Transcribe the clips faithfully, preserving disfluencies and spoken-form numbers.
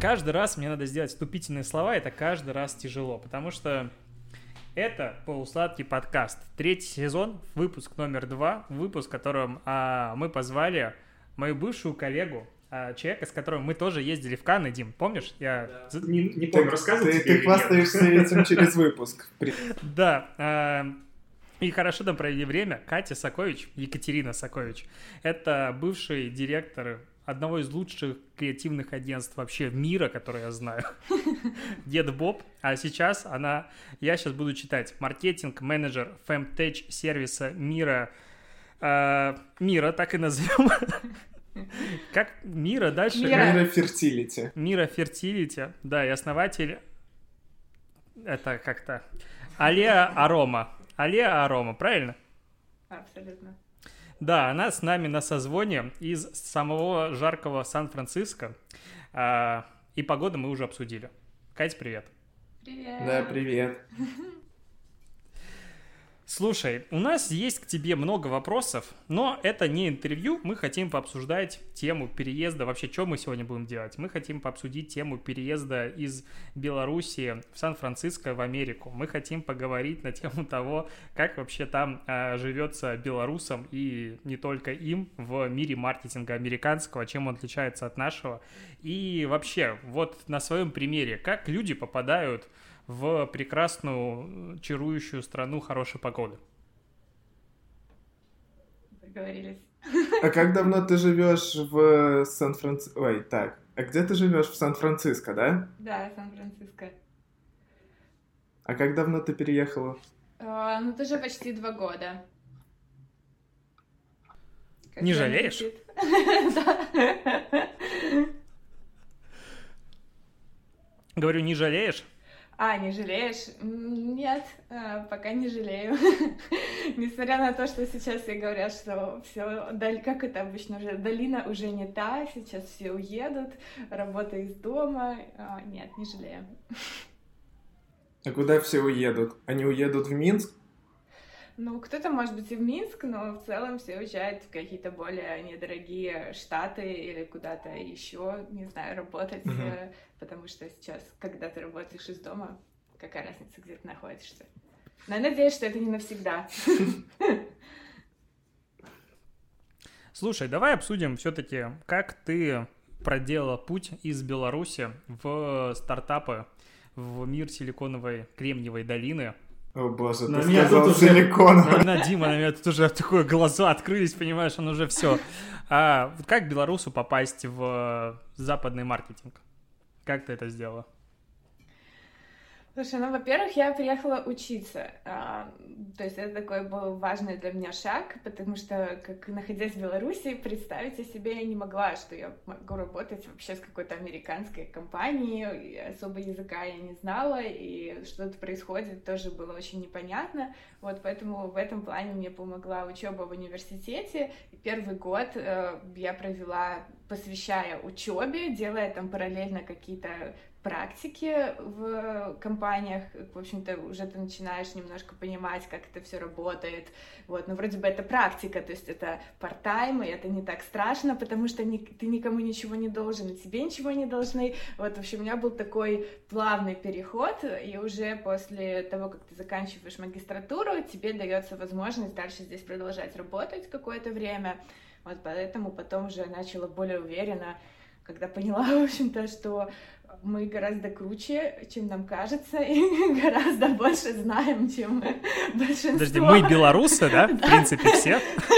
каждый раз мне надо сделать вступительные слова, это каждый раз тяжело, потому что это «Полусладкий подкаст». Третий сезон, выпуск номер два, выпуск, в котором а, мы позвали мою бывшую коллегу, а, человека, с которым мы тоже ездили в Канны, Дим, помнишь? Я... Да. Не, не помню, рассказывать тебе. Ты, ты хвастаешься этим через выпуск. Да, а, и хорошо там провели время. Катя Сакович, Екатерина Сакович, это бывший директор одного из лучших креативных агентств вообще мира, которое я знаю, Дед Боб, а сейчас она, я сейчас буду читать, маркетинг-менеджер Femtech сервиса Мира, э, Мира, так и назовем, как Мира дальше? Мира Фертилити. Мира Фертилити, да, и основатель, это как-то, Алеа Арома, Алеа Арома, правильно? Абсолютно. Да, она с нами на созвоне из самого жаркого Сан-Франциско. А, и погоду мы уже обсудили. Кать, привет. Привет. Да, привет. Слушай, у нас есть к тебе много вопросов, но это не интервью. Мы хотим пообсуждать тему переезда. Вообще, что мы сегодня будем делать? Мы хотим пообсудить тему переезда из Белоруссии в Сан-Франциско в Америку. Мы хотим поговорить на тему того, как вообще там а, живется белорусам и не только им в мире маркетинга американского, чем он отличается от нашего. И вообще, вот на своем примере, как люди попадают в прекрасную, чарующую страну хорошей погоды. Договорились. А как давно ты живешь в Сан-Франциско? Ой, так. А где ты живешь? В Сан-Франциско, да? Да, Сан-Франциско. А как давно ты переехала? А, ну, тоже почти два года. Как не жалеешь? Да. Говорю, не жалеешь? А, не жалеешь? Нет, пока не жалею. Несмотря на то, что сейчас все говорят, что все, как это обычно уже, долина уже не та, сейчас все уедут, работа из дома. Нет, не жалею. А куда все уедут? Они уедут в Минск? Ну, кто-то, может быть, и в Минск, но в целом все уезжают в какие-то более недорогие штаты или куда-то еще, не знаю, работать, uh-huh. потому что сейчас, когда ты работаешь из дома, какая разница, где ты находишься. Но я надеюсь, что это не навсегда. Слушай, давай обсудим все-таки, как ты проделала путь из Беларуси в стартапы, в мир силиконовой Кремниевой долины. О боже, на ты сказал силикон. Уже... На, Дима, на меня тут уже такое глаза открылись, понимаешь, он уже все. А как белорусу попасть в западный маркетинг? Как ты это сделала? Слушай, ну, во-первых, я приехала учиться, а, то есть это такой был важный для меня шаг, потому что, как находясь в Беларуси, представить о себе я не могла, что я могу работать вообще с какой-то американской компанией, и особо языка я не знала, и что-то происходит тоже было очень непонятно, вот, поэтому в этом плане мне помогла учеба в университете, и первый год э, я провела, посвящая учебе, делая там параллельно какие-то практики в компаниях, в общем-то, уже ты начинаешь немножко понимать, как это все работает, вот, но вроде бы это практика, то есть это part-time, и это не так страшно, потому что ни, ты никому ничего не должен, и тебе ничего не должны, вот, в общем, у меня был такой плавный переход, и уже после того, как ты заканчиваешь магистратуру, тебе дается возможность дальше здесь продолжать работать какое-то время, вот, поэтому потом уже начала более уверенно, когда поняла, в общем-то, что мы гораздо круче, чем нам кажется, и гораздо больше знаем, чем большинство. Подожди, мы белорусы, да? В принципе, все?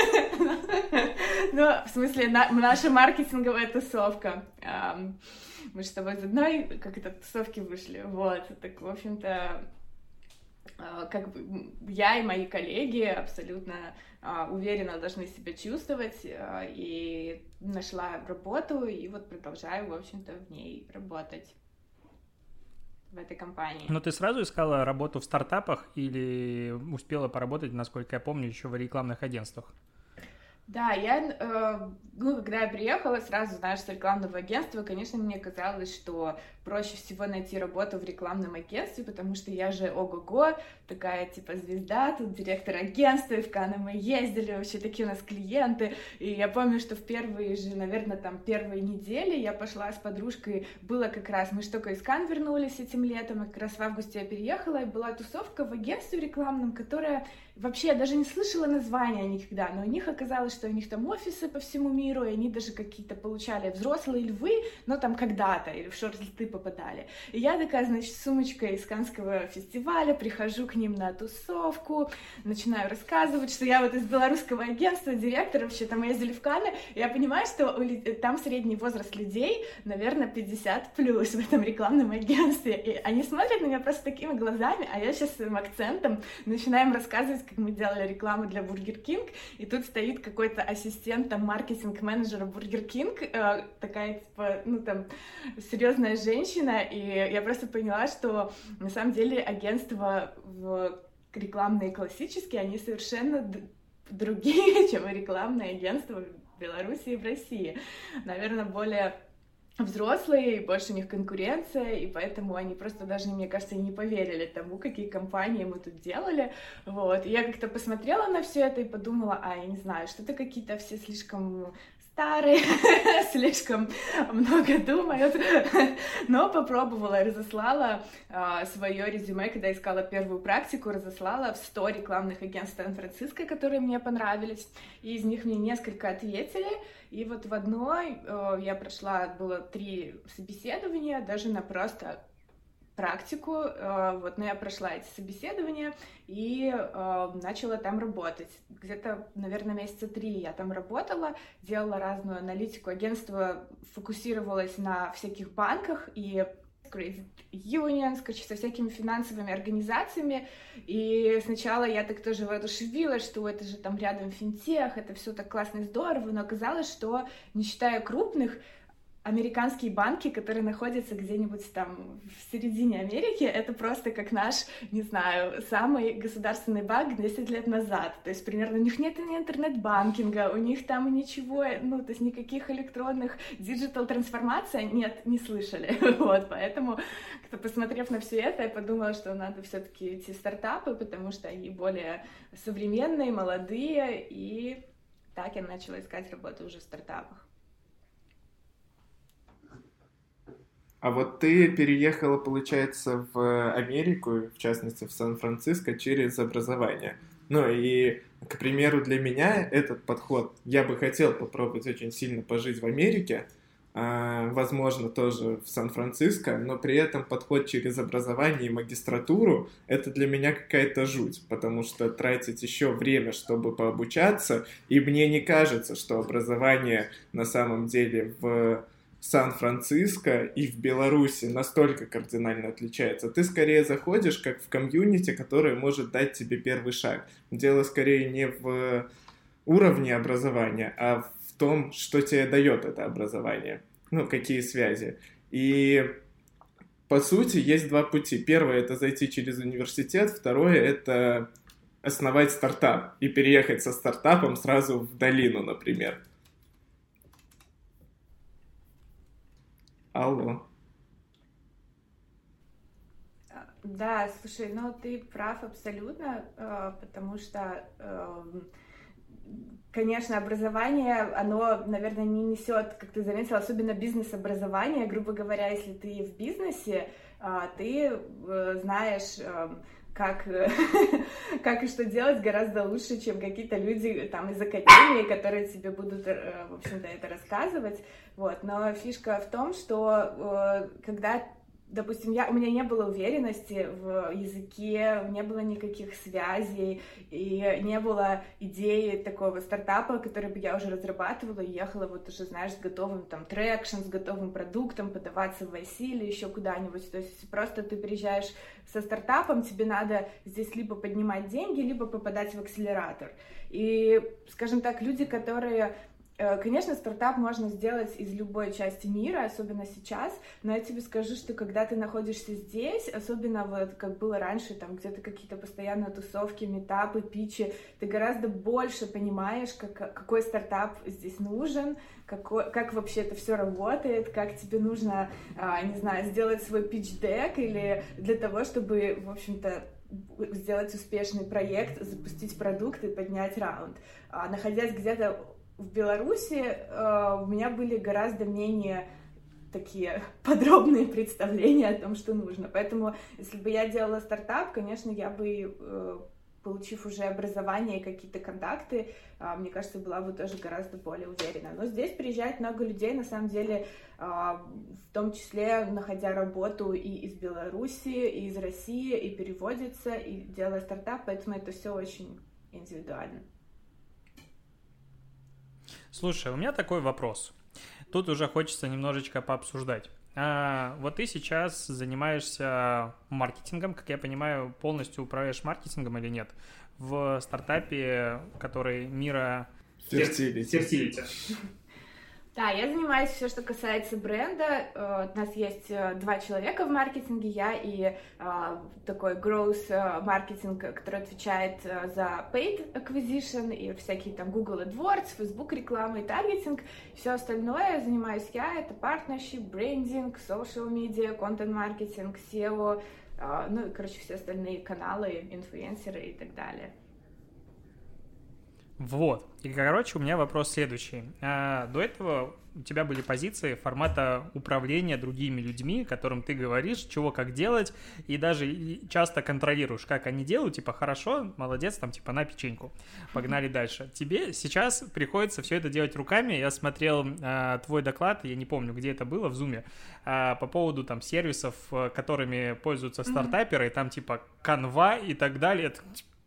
Ну, в смысле, наша маркетинговая тусовка. Мы же с тобой из одной, как это, тусовки вышли, вот. Так, в общем-то, как бы я и мои коллеги абсолютно уверенно должны себя чувствовать, и нашла работу, и вот продолжаю, в общем-то, в ней работать, в этой компании. Но ты сразу искала работу в стартапах или успела поработать, насколько я помню, еще в рекламных агентствах? Да, я, э, ну, когда я приехала, сразу, знаешь, с рекламного агентства, конечно, мне казалось, что проще всего найти работу в рекламном агентстве, потому что я же ого-го, такая, типа, звезда, тут директор агентства, и в Канны мы ездили, вообще такие у нас клиенты, и я помню, что в первые же, наверное, там, первые недели я пошла с подружкой, было как раз, мы же только из Канн вернулись этим летом, и как раз в августе я переехала, и была тусовка в агентстве рекламном, которая вообще, я даже не слышала названия никогда, но у них оказалось, что у них там офисы по всему миру, и они даже какие-то получали взрослые львы, но там когда-то, или в шорт-листы попадали. И я такая, значит, с сумочкой из Каннского фестиваля, прихожу к ним на тусовку, начинаю рассказывать, что я вот из белорусского агентства, директор, вообще там ездили в Канны, и я понимаю, что там средний возраст людей, наверное, пятьдесят плюс в этом рекламном агентстве, и они смотрят на меня просто такими глазами, а я сейчас своим акцентом начинаю им рассказывать, как мы делали рекламу для Burger King, и тут стоит какой-то ассистент, там, маркетинг-менеджера Burger King, э, такая, типа, ну, там, серьезная женщина, и я просто поняла, что, на самом деле, агентства в рекламные классические, они совершенно другие, чем рекламные агентства в Беларуси и в России. Наверное, более взрослые, и больше у них конкуренция, и поэтому они просто даже, мне кажется, и не поверили тому, какие компании мы тут делали, вот, и я как-то посмотрела на все это и подумала, а, я не знаю, что-то какие-то все слишком старые, слишком много думают, но попробовала, разослала а, свое резюме, когда искала первую практику, разослала в сто рекламных агентств Сан-Франциско, которые мне понравились, и из них мне несколько ответили, и вот в одной э, я прошла, было три собеседования, даже на просто практику, э, вот, но я прошла эти собеседования и э, начала там работать. Где-то, наверное, месяца три я там работала, делала разную аналитику. Агентство фокусировалось на всяких банках и Credit Unions, короче, со всякими финансовыми организациями, и сначала я так тоже воодушевилась, что это же там рядом финтех, это все так классно и здорово, но оказалось, что, не считая крупных, американские банки, которые находятся где-нибудь там в середине Америки, это просто как наш, не знаю, самый государственный банк десять лет назад. То есть примерно у них нет ни интернет-банкинга, у них там ничего, ну, то есть никаких электронных диджитал-трансформаций нет, не слышали. Вот, поэтому, посмотрев на все это, я подумала, что надо все-таки идти в стартапы, потому что они более современные, молодые, и так я начала искать работу уже в стартапах. А вот ты переехала, получается, в Америку, в частности, в Сан-Франциско, через образование. Ну и, к примеру, для меня этот подход, я бы хотел попробовать очень сильно пожить в Америке, возможно, тоже в Сан-Франциско, но при этом подход через образование и магистратуру — это для меня какая-то жуть, потому что тратить еще время, чтобы пообучаться, и мне не кажется, что образование на самом деле в Сан-Франциско и в Беларуси настолько кардинально отличается. Ты скорее заходишь как в комьюнити, которое может дать тебе первый шаг. Дело скорее не в уровне образования, а в том, что тебе дает это образование. Ну, какие связи. И по сути есть два пути. Первое — это зайти через университет, второе — это основать стартап и переехать со стартапом сразу в долину, например. Алло. Да, слушай, ну ты прав абсолютно, потому что, конечно, образование, оно, наверное, не несет, как ты заметила, особенно бизнес-образование. Грубо говоря, если ты в бизнесе, ты знаешь, как, как и что делать гораздо лучше, чем какие-то люди там из академии, которые тебе будут, в общем-то, это рассказывать. Вот. Но фишка в том, что когда, допустим, я, у меня не было уверенности в языке, не было никаких связей, и не было идеи такого стартапа, который бы я уже разрабатывала, и ехала вот уже, знаешь, с готовым там трекшн, с готовым продуктом, подаваться в ай си или еще куда-нибудь. То есть просто ты приезжаешь со стартапом, тебе надо здесь либо поднимать деньги, либо попадать в акселератор. И, скажем так, люди, которые Конечно, стартап можно сделать из любой части мира, особенно сейчас, но я тебе скажу, что когда ты находишься здесь, особенно вот как было раньше, там где-то какие-то постоянные тусовки, митапы, питчи, ты гораздо больше понимаешь, как, какой стартап здесь нужен, какой, как вообще это все работает, как тебе нужно, не знаю, сделать свой питч-дек или для того, чтобы, в общем-то, сделать успешный проект, запустить продукт и поднять раунд. Находясь где-то в Беларуси, э, у меня были гораздо менее такие подробные представления о том, что нужно. Поэтому, если бы я делала стартап, конечно, я бы, э, получив уже образование и какие-то контакты, э, мне кажется, была бы тоже гораздо более уверена. Но здесь приезжает много людей, на самом деле, э, в том числе, находя работу и из Беларуси, и из России, и переводится, и делая стартап, поэтому это все очень индивидуально. Слушай, у меня такой вопрос. Тут уже хочется немножечко пообсуждать. А, вот ты сейчас занимаешься маркетингом, как я понимаю, полностью управляешь маркетингом или нет? В стартапе, который Мира Fertility. Да, я занимаюсь все, что касается бренда. У нас есть два человека в маркетинге, я и такой growth маркетинг, который отвечает за paid acquisition и всякие там Google AdWords, Facebook рекламы и таргетинг. Все остальное занимаюсь я, это partnership, брендинг, social media, контент-маркетинг, сео, ну и, короче, все остальные каналы, инфлюенсеры и так далее. Вот. И, короче, у меня вопрос следующий. А, до этого у тебя были позиции формата управления другими людьми, которым ты говоришь, чего как делать, и даже часто контролируешь, как они делают, типа, хорошо, молодец, там, типа, на печеньку. Погнали дальше. Тебе сейчас приходится все это делать руками. Я смотрел а, твой доклад, я не помню, где это было, в Зуме, а, по поводу, там, сервисов, которыми пользуются стартаперы, и там, типа, Canva и так далее. Это,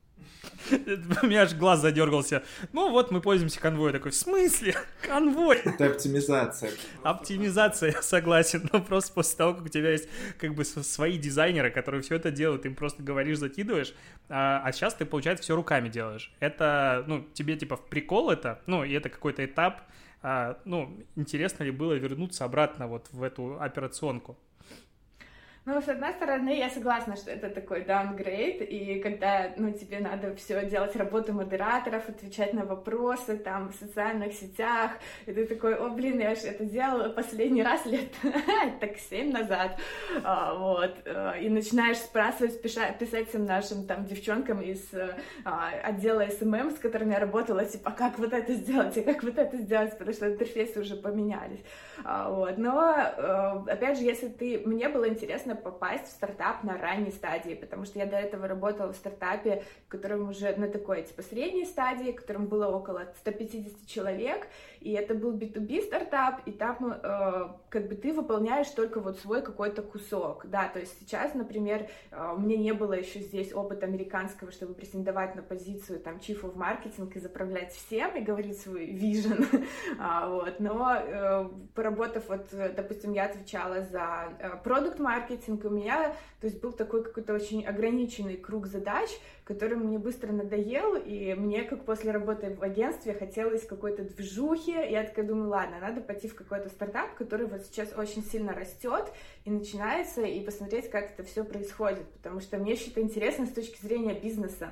у меня аж глаз задергался. Ну вот мы пользуемся конвой. Такой, в смысле? Конвой? Это оптимизация. Оптимизация, согласен. Но просто после того, как у тебя есть как бы свои дизайнеры, которые все это делают, им просто говоришь, закидываешь, а, а сейчас ты, получается, все руками делаешь. Это, ну, тебе типа в прикол это, ну, и это какой-то этап. А, ну, интересно ли было вернуться обратно вот в эту операционку? Ну, с одной стороны, я согласна, что это такой downgrade, и когда, ну, тебе надо все делать, работу модераторов, отвечать на вопросы, там, в социальных сетях, и ты такой, о, блин, я же это делала последний раз лет так семь назад, а, вот, и начинаешь спрашивать, писать всем нашим, там, девчонкам из а, отдела эс эм эм, с которыми я работала, типа, как вот это сделать, и как вот это сделать, потому что интерфейсы уже поменялись, а, вот, но, опять же, если ты, мне было интересно попасть в стартап на ранней стадии, потому что я до этого работала в стартапе, в котором уже на такой, типа, средней стадии, в котором было около сто пятьдесят человек, и это был би ту би стартап, и там э, как бы ты выполняешь только вот свой какой-то кусок, да, то есть сейчас, например, э, у меня не было еще здесь опыта американского, чтобы претендовать на позицию, там, chief of marketing и заправлять всем, и говорить свой vision, а, вот, но э, поработав, вот, допустим, я отвечала за продукт маркетинг, у меня, то есть был такой какой-то очень ограниченный круг задач, который мне быстро надоел, и мне, как после работы в агентстве, хотелось какой-то движухи. Я такая думаю, ладно, надо пойти в какой-то стартап, который вот сейчас очень сильно растет и начинается, и посмотреть, как это все происходит, потому что мне все это интересно с точки зрения бизнеса.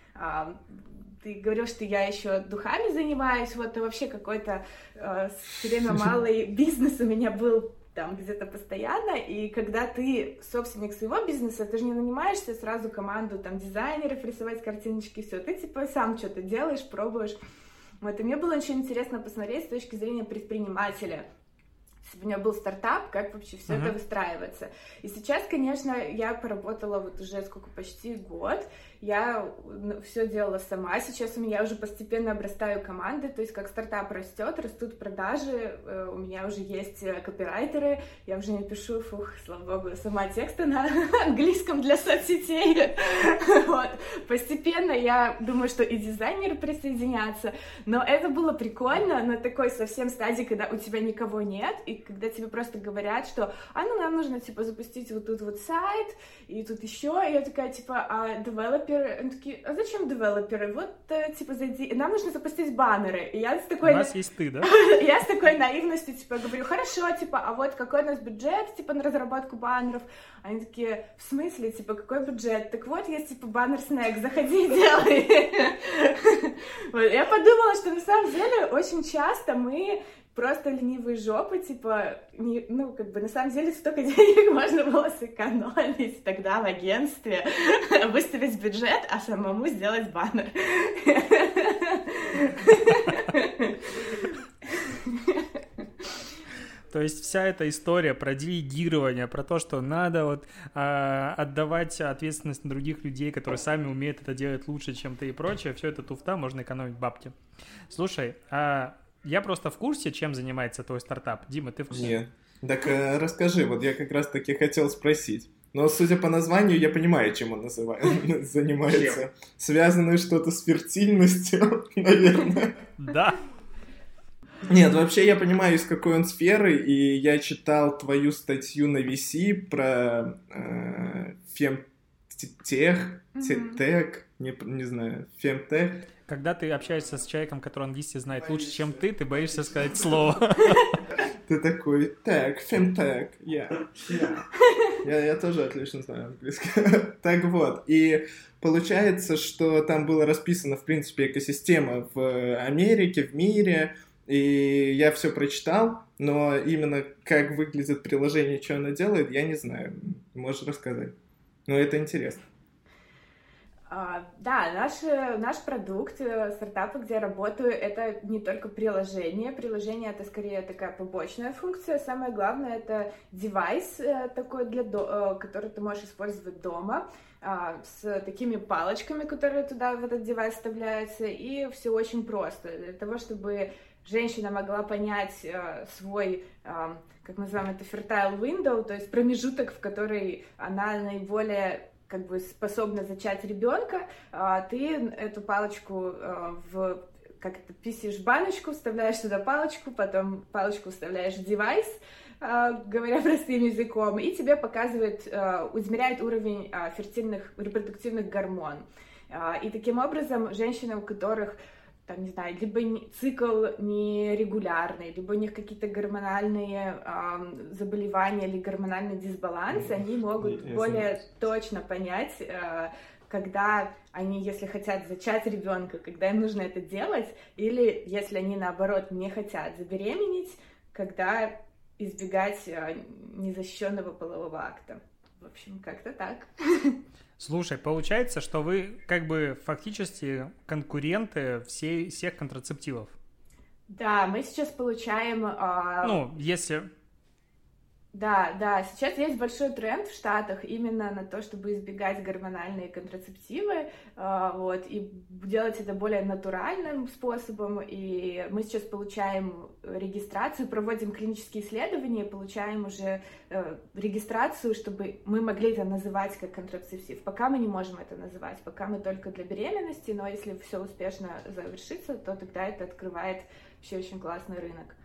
Ты говорил, что я еще духами занимаюсь, вот, и вообще какой-то э, все время малый бизнес у меня был там где-то постоянно, и когда ты собственник своего бизнеса, ты же не нанимаешься сразу команду там дизайнеров, рисовать картиночки, все, ты типа сам что-то делаешь, пробуешь. Вот, и мне было очень интересно посмотреть с точки зрения предпринимателя. У меня был стартап, как вообще все uh-huh. это выстраивается. И сейчас, конечно, я поработала вот уже сколько, почти год, я все делала сама, сейчас у меня уже постепенно обрастаю команды, то есть как стартап растет, растут продажи, у меня уже есть копирайтеры, я уже не пишу, фух, слава богу, сама тексты на английском для соцсетей. Вот. Постепенно я думаю, что и дизайнеры присоединятся, но это было прикольно на такой совсем стадии, когда у тебя никого нет, и когда тебе просто говорят, что, а ну нам нужно, типа, запустить вот тут вот сайт, и тут еще, и я такая, типа, а девелопер девелоперы. Они такие, а зачем девелоперы? Вот, типа, зайди, нам нужно запустить баннеры. И я с такой... У нас есть ты, да? Я с такой наивностью, типа, говорю, хорошо, типа, а вот какой у нас бюджет, типа, на разработку баннеров? Они такие, в смысле, типа, какой бюджет? Так вот, есть, типа, баннер-снэк, заходи и делай. Я подумала, что на самом деле очень часто мы просто ленивые жопы, типа, не, ну, как бы, на самом деле, столько денег можно было сэкономить тогда в агентстве, выставить бюджет, а самому сделать баннер. То есть вся эта история про делегирование, про то, что надо вот а, отдавать ответственность на других людей, которые сами умеют это делать лучше, чем ты и прочее, все это туфта, можно экономить бабки. Слушай, а я просто в курсе, чем занимается твой стартап. Дима, ты в курсе? Нет. Так э, расскажи, вот я как раз-таки хотел спросить. Но, судя по названию, я понимаю, чем он называет, занимается. Связано что-то с фертильностью, наверное. Да. Нет, вообще я понимаю, из какой он сферы, и я читал твою статью на ви си про э, фемтех, Мгм. тех, не, не знаю, фемтех. Когда ты общаешься с человеком, который английский знает лучше, чем ты, ты боишься сказать слово. Ты такой, так, фемтех, я, я. Я, я тоже отлично знаю английский. Так вот, и получается, что там было расписано, в принципе, экосистема в Америке, в мире, и я все прочитал, но именно как выглядит приложение, что оно делает, я не знаю. Можешь рассказать. Но это интересно. А, да, наш, э, наш продукт, э, стартапы, где я работаю, это не только приложение. Приложение — это скорее такая побочная функция. Самое главное — это девайс э, такой, для до- э, который ты можешь использовать дома, а, с такими палочками, которые туда в этот девайс вставляются, и все очень просто. Для того, чтобы женщина могла понять э, свой, э, как называем это, fertile window, то есть промежуток, в который она наиболее как бы способна зачать ребенка, ты эту палочку в, как это, писаешь баночку, вставляешь туда палочку, потом палочку вставляешь в девайс, говоря простым языком, и тебе показывает, измеряет уровень фертильных репродуктивных гормон. И таким образом женщины, у которых, там, не знаю, либо цикл нерегулярный, либо у них какие-то гормональные э, заболевания или гормональный дисбаланс, они могут Я более точно понять, э, когда они, если хотят зачать ребенка, когда им нужно это делать, или если они, наоборот, не хотят забеременеть, когда избегать э, незащищенного полового акта. В общем, как-то так. Слушай, получается, что вы как бы фактически конкуренты всей, всех контрацептивов. Да, мы сейчас получаем... Э, Ну, если... Да, да, сейчас есть большой тренд в Штатах именно на то, чтобы избегать гормональные контрацептивы, э, вот, и делать это более натуральным способом, и мы сейчас получаем регистрацию, проводим клинические исследования, получаем уже э, регистрацию, чтобы мы могли это называть как контрацептив. Пока мы не можем это называть, пока мы только для беременности, но если все успешно завершится, то тогда это открывает вообще очень классный рынок.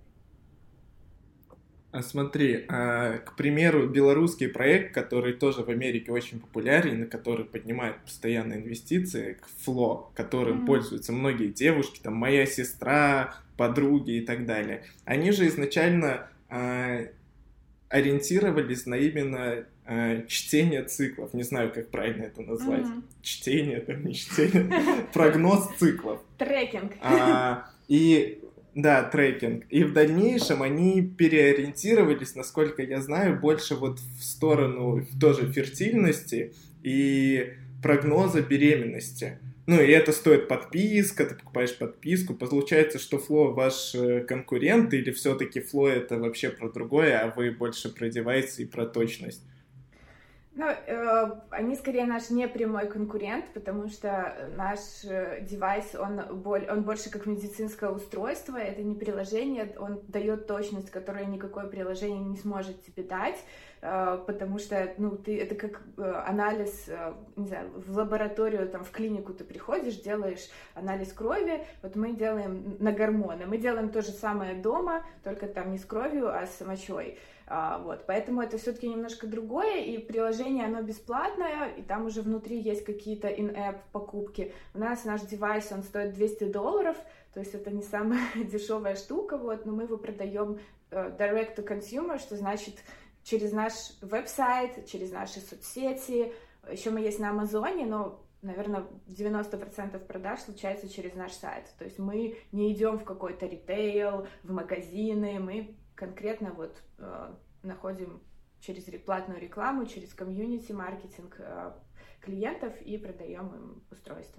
Смотри, к примеру, белорусский проект, который тоже в Америке очень популярен, на который поднимает постоянные инвестиции, Фло, которым mm-hmm. пользуются многие девушки, там моя сестра, подруги и так далее. Они же изначально э, ориентировались на именно э, чтение циклов. Не знаю, как правильно это назвать. Mm-hmm. Чтение, там не чтение. Прогноз циклов. Трекинг. И Да, трекинг. И в дальнейшем они переориентировались, насколько я знаю, больше вот в сторону тоже фертильности и прогноза беременности. Ну, и это стоит подписка, ты покупаешь подписку. Получается, что Фло ваш конкурент, или все-таки Фло это вообще про другое, а вы больше про девайсы и про точность? Ну, э, они скорее наш непрямой конкурент, потому что наш э, девайс, он, боль, он больше как медицинское устройство, это не приложение, он дает точность, которую никакое приложение не сможет тебе дать. потому что, ну, ты, это как анализ, не знаю, в лабораторию, там, в клинику ты приходишь, делаешь анализ крови, вот мы делаем на гормоны, мы делаем то же самое дома, только там не с кровью, а с мочой. А, вот, поэтому это все-таки немножко другое, и приложение, оно бесплатное, и там уже внутри есть какие-то in-app покупки. У нас наш девайс, он стоит двести долларов, то есть это не самая дешевая штука, вот, но мы его продаем uh, direct to consumer, что значит через наш веб-сайт, через наши соцсети. Еще мы есть на Амазоне, но, наверное, девяносто процентов продаж случается через наш сайт. То есть мы не идем в какой-то ритейл, в магазины, мы конкретно вот э, находим через платную рекламу, через комьюнити-маркетинг э, клиентов и продаем им устройства.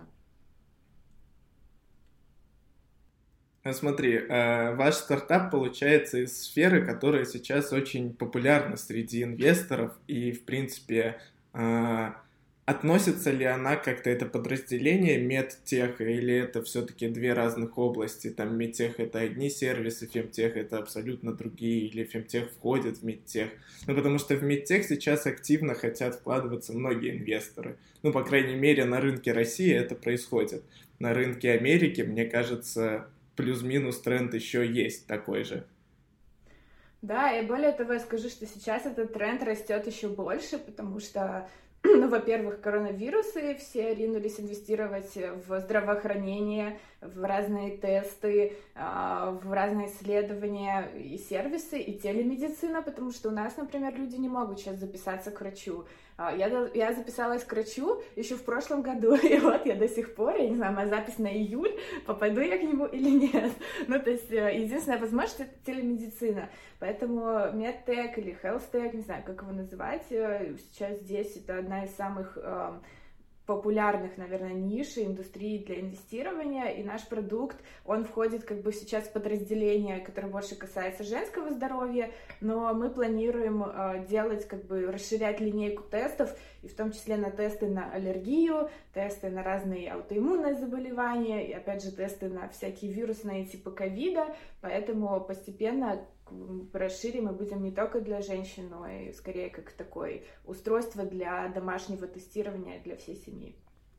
Смотри, э, ваш стартап получается из сферы, которая сейчас очень популярна среди инвесторов, и, в принципе, э, относится ли она как-то, это подразделение медтеха, или это все-таки две разных области? Там медтех — это одни сервисы, фемтех — это абсолютно другие, или фемтех входит в медтех? Ну, потому что в медтех сейчас активно хотят вкладываться многие инвесторы. Ну, по крайней мере, на рынке России это происходит. На рынке Америки, мне кажется, плюс-минус тренд еще есть такой же. Да, и более того, я скажу, что сейчас этот тренд растет еще больше, потому что, ну, во-первых, коронавирусы, все ринулись инвестировать в здравоохранение, в разные тесты, в разные исследования и сервисы, и телемедицина, потому что у нас, например, люди не могут сейчас записаться к врачу. Я, я записалась к врачу еще в прошлом году, и вот я до сих пор, я не знаю, моя запись на июль, попаду я к нему или нет. Ну, то есть единственная возможность — это телемедицина. Поэтому медтек или хелстек, не знаю, как его называть, сейчас здесь это одна из самых популярных, наверное, ниш индустрии для инвестирования, и наш продукт, он входит как бы сейчас в подразделение, которое больше касается женского здоровья, но мы планируем э, делать, как бы расширять линейку тестов, и в том числе на тесты на аллергию, тесты на разные аутоиммунные заболевания, и опять же тесты на всякие вирусные типа ковида, поэтому постепенно расширим и будем не только для женщин, но и скорее как такое устройство для домашнего тестирования для всей семьи.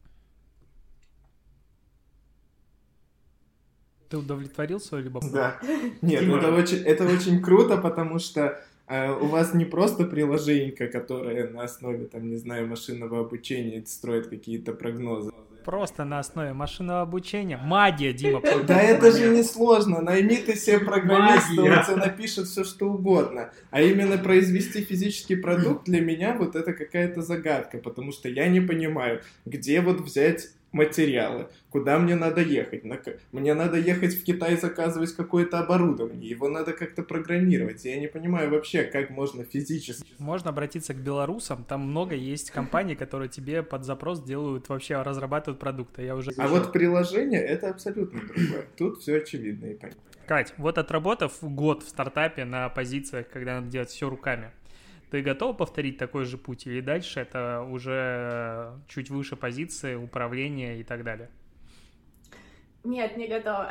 Ты удовлетворил свой любопытство? Да. Нет, это очень, это очень круто, потому что э, у вас не просто приложение, которое на основе, там, не знаю, машинного обучения строит какие-то прогнозы. Просто на основе машинного обучения. Магия, Дима. Да это же не сложно. Найми ты себе программиста, он тебе напишет все, что угодно. А именно произвести физический продукт для меня вот это какая-то загадка, потому что я не понимаю, где вот взять материалы, куда мне надо ехать. Мне надо ехать в Китай заказывать какое-то оборудование, его надо как-то программировать. Я не понимаю вообще, как можно физически... Можно обратиться к белорусам, там много есть компаний, которые тебе под запрос делают, вообще разрабатывают продукты. Я уже... А вот приложение — это абсолютно другое. Тут все очевидно и понятно. Кать, вот отработав год в стартапе на позициях, когда надо делать все руками, ты готова повторить такой же путь? Или дальше это уже чуть выше позиции, управления и так далее? Нет, не готова.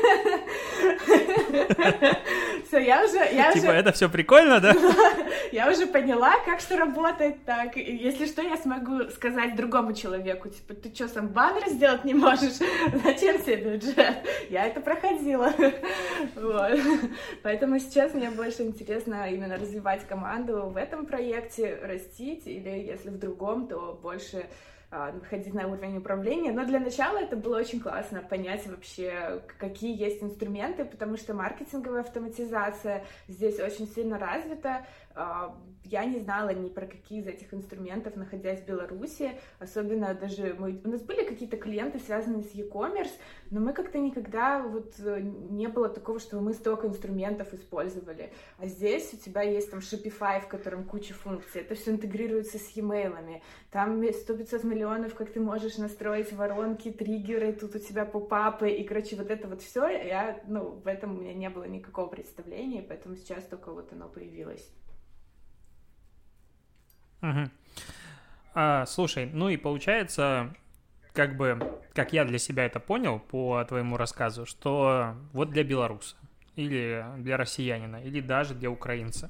Все, я уже... Я типа, уже... это все прикольно, да? Я уже поняла, как что работает так. И если что, я смогу сказать другому человеку, типа, ты что, сам баннер сделать не можешь? Зачем тебе бюджет? Я это проходила. Вот. Поэтому сейчас мне больше интересно именно развивать команду в этом проекте, растить, или если в другом, то больше выходить на уровень управления, но для начала это было очень классно понять вообще, какие есть инструменты, потому что маркетинговая автоматизация здесь очень сильно развита. Я не знала ни про какие из этих инструментов, находясь в Беларуси, особенно даже мы, у нас были какие-то клиенты, связанные с e-commerce, но мы как-то никогда, вот не было такого, чтобы мы столько инструментов использовали, а здесь у тебя есть там Shopify, в котором куча функций, это все интегрируется с e-mail'ами, там сто пятьсот миллионов, как ты можешь настроить воронки, триггеры, тут у тебя попапы, и, короче, вот это вот все, я, ну, в этом у меня не было никакого представления, поэтому сейчас только вот оно появилось. Угу. А, слушай, ну и получается, как бы, как я для себя это понял по твоему рассказу, что вот для белоруса или для россиянина, или даже для украинца.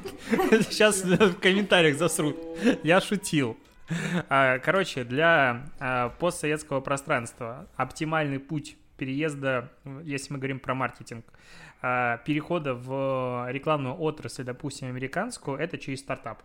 Сейчас в комментариях засрут. Я шутил. Короче, для постсоветского пространства оптимальный путь переезда, если мы говорим про маркетинг, перехода в рекламную отрасль, допустим, американскую, это через стартап,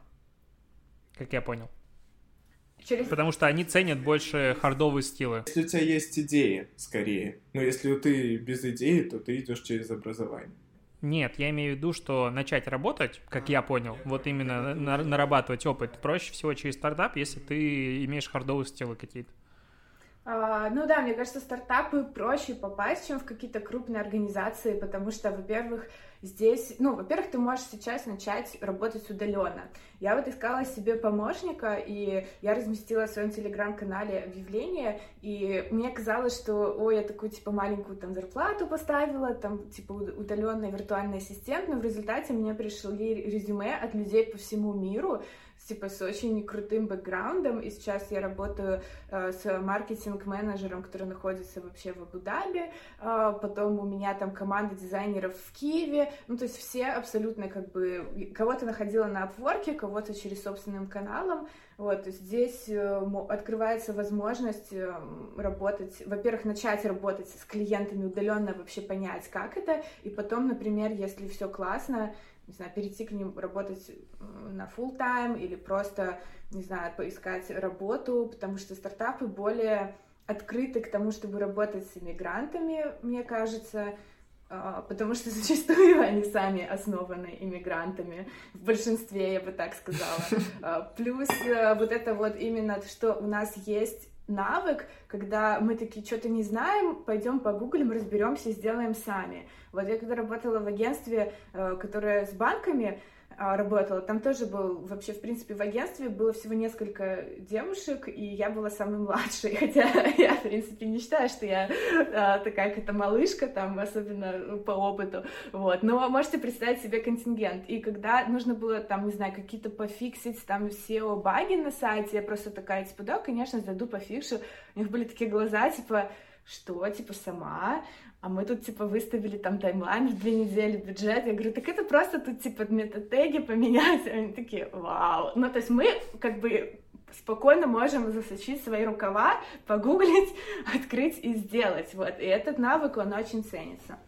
как я понял. Через... Потому что они ценят больше хардовые скиллы. Если у тебя есть идеи, скорее. Но если ты без идеи, то ты идешь через образование. Нет, я имею в виду, что начать работать, как я понял, вот именно на- нарабатывать опыт, проще всего через стартап, если ты имеешь хардовые скиллы какие-то. Uh, ну да, мне кажется, стартапы проще попасть, чем в какие-то крупные организации, потому что, во-первых, здесь, ну, во-первых, ты можешь сейчас начать работать удаленно. Я вот искала себе помощника, и я разместила в своем телеграм-канале объявление, и мне казалось, что, ой, я такую, типа, маленькую там зарплату поставила, там, типа, удаленный виртуальный ассистент, но в результате мне пришли резюме от людей по всему миру, типа, с очень крутым бэкграундом, и сейчас я работаю э, с маркетинг-менеджером, который находится вообще в Абу-Даби, э, потом у меня там команда дизайнеров в Киеве, ну, то есть все абсолютно, как бы, кого-то находила на Upwork, кого-то через собственным каналом, вот, то есть здесь э, открывается возможность э, работать, во-первых, начать работать с клиентами удаленно, вообще понять, как это, и потом, например, если все классно, не знаю, перейти к ним работать на full time или просто, не знаю, поискать работу, потому что стартапы более открыты к тому, чтобы работать с иммигрантами, мне кажется, потому что зачастую они сами основаны иммигрантами, в большинстве, я бы так сказала. Плюс вот это вот именно, что у нас есть навык, когда мы такие что-то не знаем, пойдем погуглим, разберемся, сделаем сами. Вот я когда работала в агентстве, которое с банками работала, там тоже был, вообще, в принципе, в агентстве было всего несколько девушек, и я была самой младшей, хотя я, в принципе, не считаю, что я а, такая какая-то малышка, там, особенно по опыту, вот, но можете представить себе контингент, и когда нужно было, там, не знаю, какие-то пофиксить, там, сео-баги на сайте, я просто такая, типа, да, конечно, зайду, пофикшу, у них были такие глаза, типа, что, типа, сама, а мы тут, типа, выставили там таймлайн в две недели, бюджет. Я говорю, так это просто тут, типа, метатеги поменять. Они такие, вау. Ну, то есть мы, как бы, спокойно можем засочить свои рукава, погуглить, открыть и сделать. Вот. И этот навык, он очень ценится.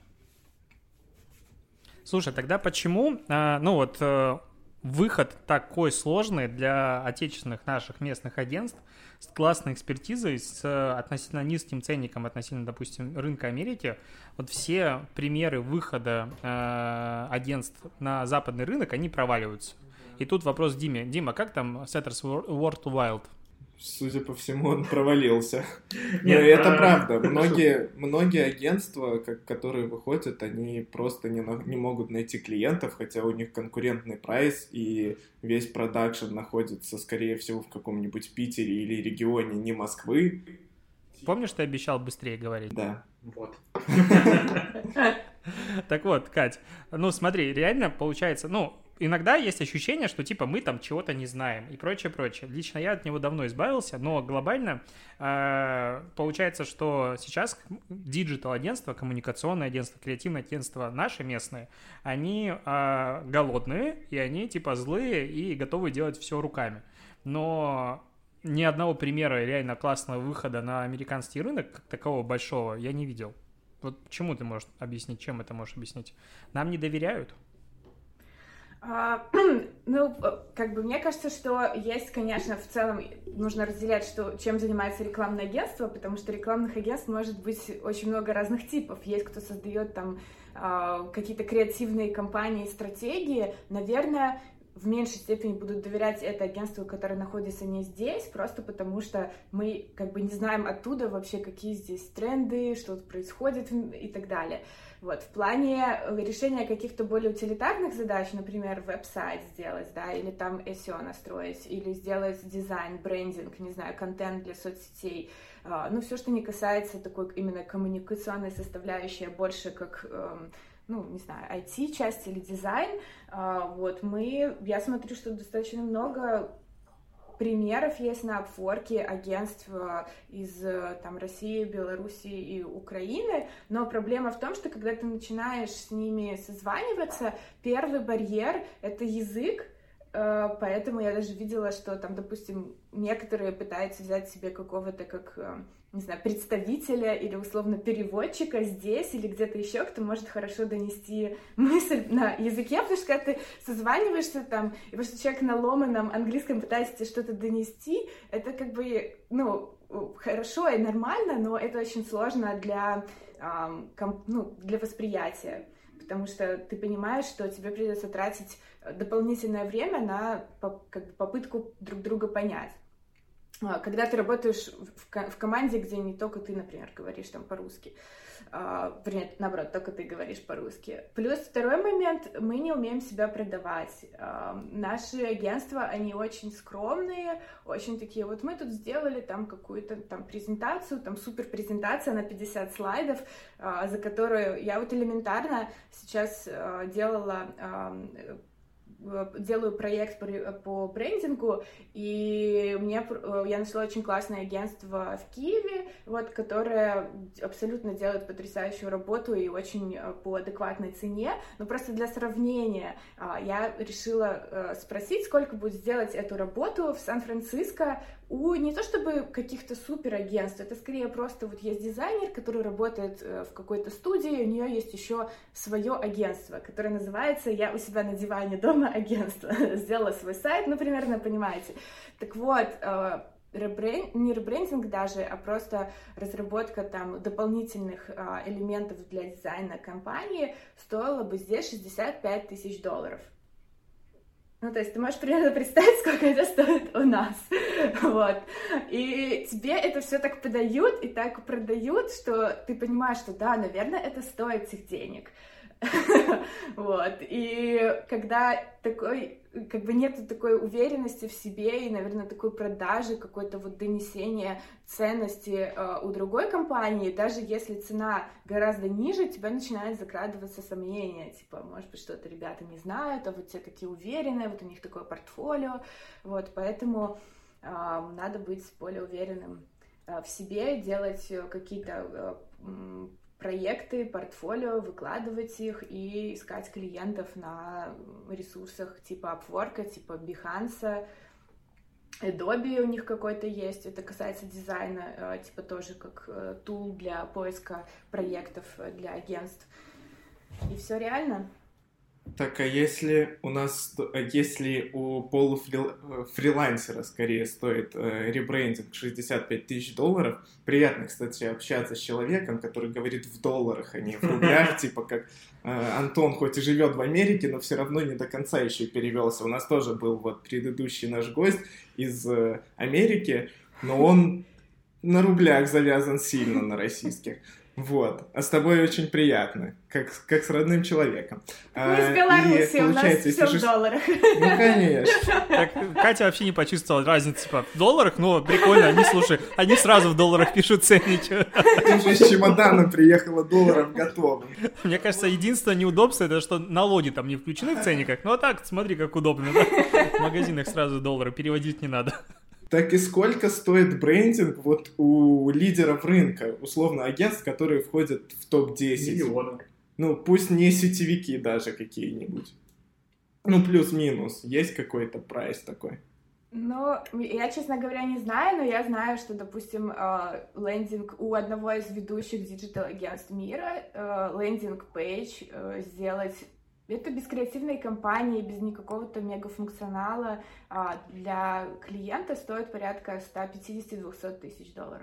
Слушай, тогда почему, ну вот, выход такой сложный для отечественных наших местных агентств с классной экспертизой, с относительно низким ценником относительно, допустим, рынка Америки, вот все примеры выхода э, агентств на западный рынок, они проваливаются. И тут вопрос Диме. Дима, как там Setters World Wild? Судя по всему, он провалился. Нет, это правда. Многие, многие агентства, как, которые выходят, они просто не, не могут найти клиентов, хотя у них конкурентный прайс, и весь продакшн находится, скорее всего, в каком-нибудь Питере или регионе не Москвы. Помнишь, ты обещал быстрее говорить? Да. Вот. Так вот, Кать, ну смотри, реально получается, ну, иногда есть ощущение, что типа мы там чего-то не знаем и прочее, прочее. Лично я от него давно избавился, но глобально э, получается, что сейчас диджитал-агентства, коммуникационные агентства, креативные агентства наши местные, они э, голодные, и они типа злые и готовы делать все руками. Но ни одного примера реально классного выхода на американский рынок, как такового большого, я не видел. Вот почему ты можешь объяснить, чем это можешь объяснить? Нам не доверяют? А, ну, как бы мне кажется, что есть, конечно, в целом нужно разделять, что, чем занимается рекламное агентство, потому что рекламных агентств может быть очень много разных типов. Есть кто создает там а, какие-то креативные кампании, стратегии. Наверное, в меньшей степени будут доверять это агентству, которое находится не здесь, просто потому что мы как бы не знаем оттуда вообще, какие здесь тренды, что тут происходит и так далее. Вот, в плане решения каких-то более утилитарных задач, например, веб-сайт сделать, да, или там эс и о настроить, или сделать дизайн, брендинг, не знаю, контент для соцсетей, ну, все, что не касается такой именно коммуникационной составляющей, а больше как, ну, не знаю, ай ти-часть или дизайн, вот, мы, я смотрю, что достаточно много примеров есть на Upwork агентств из там, России, Белоруссии и Украины, но проблема в том, что когда ты начинаешь с ними созваниваться, первый барьер — это язык, поэтому я даже видела, что там, допустим, некоторые пытаются взять себе какого-то как, не знаю, представителя или условно переводчика здесь или где-то еще, кто может хорошо донести мысль на языке, потому что когда ты созваниваешься там, и потому что человек на ломаном английском пытается тебе что-то донести, это как бы, ну, хорошо и нормально, но это очень сложно для, ну, для восприятия, потому что ты понимаешь, что тебе придется тратить дополнительное время на как бы, попытку друг друга понять. Когда ты работаешь в команде, где не только ты, например, говоришь там по-русски, вернее, наоборот, только ты говоришь по-русски. Плюс второй момент, мы не умеем себя продавать. Наши агентства, они очень скромные, очень такие, вот мы тут сделали там какую-то там презентацию, там супер презентация на пятьдесят слайдов, за которую я вот элементарно сейчас делала... делаю проект по брендингу, и мне, я нашла очень классное агентство в Киеве, вот, которое абсолютно делает потрясающую работу и очень по адекватной цене, но просто для сравнения я решила спросить, сколько будет сделать эту работу в Сан-Франциско у не то чтобы каких-то супер агентств, это скорее просто вот есть дизайнер, который работает в какой-то студии, у нее есть еще свое агентство, которое называется «Я у себя на диване дома агентство». Сделала свой сайт, ну, примерно понимаете. Так вот, ребрен... не ребрендинг даже, а просто разработка там дополнительных элементов для дизайна компании стоила бы здесь шестьдесят пять тысяч долларов. Ну, то есть ты можешь примерно представить, сколько это стоит у нас, вот, и тебе это все так подают и так продают, что ты понимаешь, что да, наверное, это стоит этих денег, вот, и когда такой, как бы нету такой уверенности в себе и, наверное, такой продажи, какое-то вот донесение ценности э, у другой компании, даже если цена гораздо ниже, тебя начинает закрадываться сомнения, типа, может быть, что-то ребята не знают, а вот те такие уверенные, вот у них такое портфолио, вот, поэтому э, надо быть более уверенным э, в себе, делать какие-то э, проекты, портфолио, выкладывать их и искать клиентов на ресурсах типа Upwork, типа Behance, Adobe у них какой-то есть, это касается дизайна, типа тоже как тул для поиска проектов для агентств. И все реально. Так, а если у нас, если у полуфрилансера скорее стоит э, ребрендинг шестьдесят пять тысяч долларов, приятно, кстати, общаться с человеком, который говорит в долларах, а не в рублях, типа как э, Антон, хоть и живет в Америке, но все равно не до конца еще перевелся. У нас тоже был вот предыдущий наш гость из э, Америки, но он на рублях завязан сильно на российских. Вот. А с тобой очень приятно, как, как с родным человеком. Мы из Беларуси, у нас все в долларах. Ну, конечно. Так, Катя вообще не почувствовала разницы, типа, в долларах, но прикольно, они, слушай, они сразу в долларах пишут ценники. Ты же с чемоданом приехала долларом готовым. Мне кажется, единственное неудобство, это что налоги там не включены в ценниках, ну а так, смотри, как удобно, да? В магазинах сразу доллары переводить не надо. Так и сколько стоит брендинг вот у лидеров рынка, условно, агентств, которые входят в топ десять? Миллионы. Ну, пусть не сетевики даже какие-нибудь. Ну, плюс-минус. Есть какой-то прайс такой? Ну, я, честно говоря, не знаю, но я знаю, что, допустим, лендинг у одного из ведущих диджитал-агентств мира, лендинг-пейдж сделать... Это без креативной кампании, без никакого-то мегафункционала для клиента стоит порядка сто пятьдесят - двести тысяч долларов.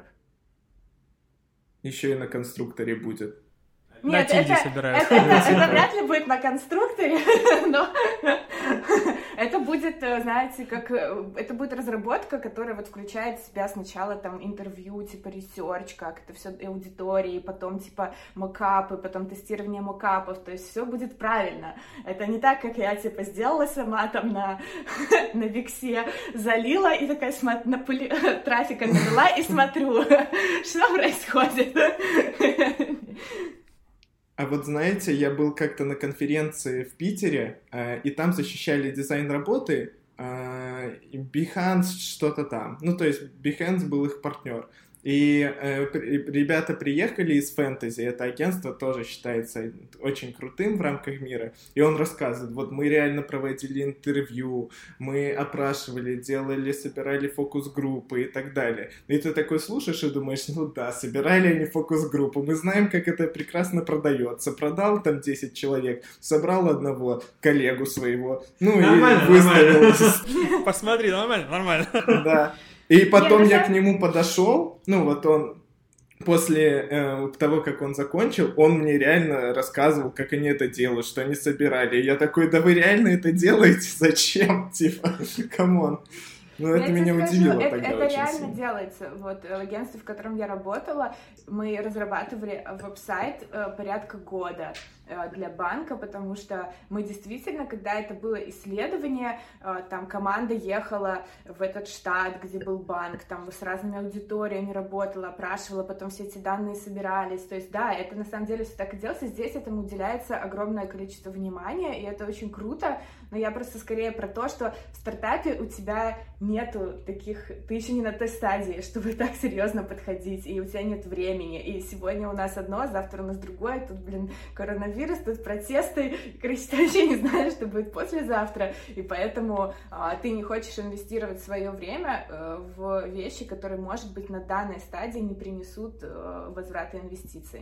Еще и на конструкторе будет. Нет, это, это, это, это вряд ли будет на конструкторе, но это будет, знаете, как это будет разработка, которая вот включает в себя сначала там интервью, типа ресерч, как это все аудитории, потом типа мокапы, потом тестирование мокапов, то есть все будет правильно. Это не так, как я типа сделала сама там на на Виксе, залила и такая на пули, трафика навела и смотрю, что происходит. А вот знаете, я был как-то на конференции в Питере, э, и там защищали дизайн работы э, Behance что-то там. Ну, то есть Behance был их партнер. И э, ребята приехали из фэнтези, это агентство тоже считается очень крутым в рамках мира, и он рассказывает, вот мы реально проводили интервью, мы опрашивали, делали, собирали фокус-группы и так далее. И ты такой слушаешь и думаешь, ну да, собирали они фокус-группу, мы знаем, как это прекрасно продается, продал там десять человек, собрал одного коллегу своего, ну нормально, и выставил. Посмотри, нормально, нормально. Да. И потом я к нему подошел, ну вот он, после э, того, как он закончил, он мне реально рассказывал, как они это делают, что они собирали. И я такой, да вы реально это делаете? Зачем? Типа, камон. Ну, это меня скажу, удивило это, тогда это очень реально сильно. делается. Вот в агентстве, в котором я работала, мы разрабатывали веб-сайт э, порядка года э, для банка, потому что мы действительно, когда это было исследование, э, там команда ехала в этот штат, где был банк, там с разными аудиториями работала, опрашивала, потом все эти данные собирались. То есть, да, это на самом деле все так и делается. Здесь этому уделяется огромное количество внимания, и это очень круто. Но я просто скорее про то, что в стартапе у тебя нету таких... Ты еще не на той стадии, чтобы так серьезно подходить, и у тебя нет времени. И сегодня у нас одно, завтра у нас другое. Тут, блин, коронавирус, тут протесты. Короче, ты вообще не знаешь, что будет послезавтра. И поэтому а, ты не хочешь инвестировать свое время а, в вещи, которые, может быть, на данной стадии не принесут а, возврата инвестиций.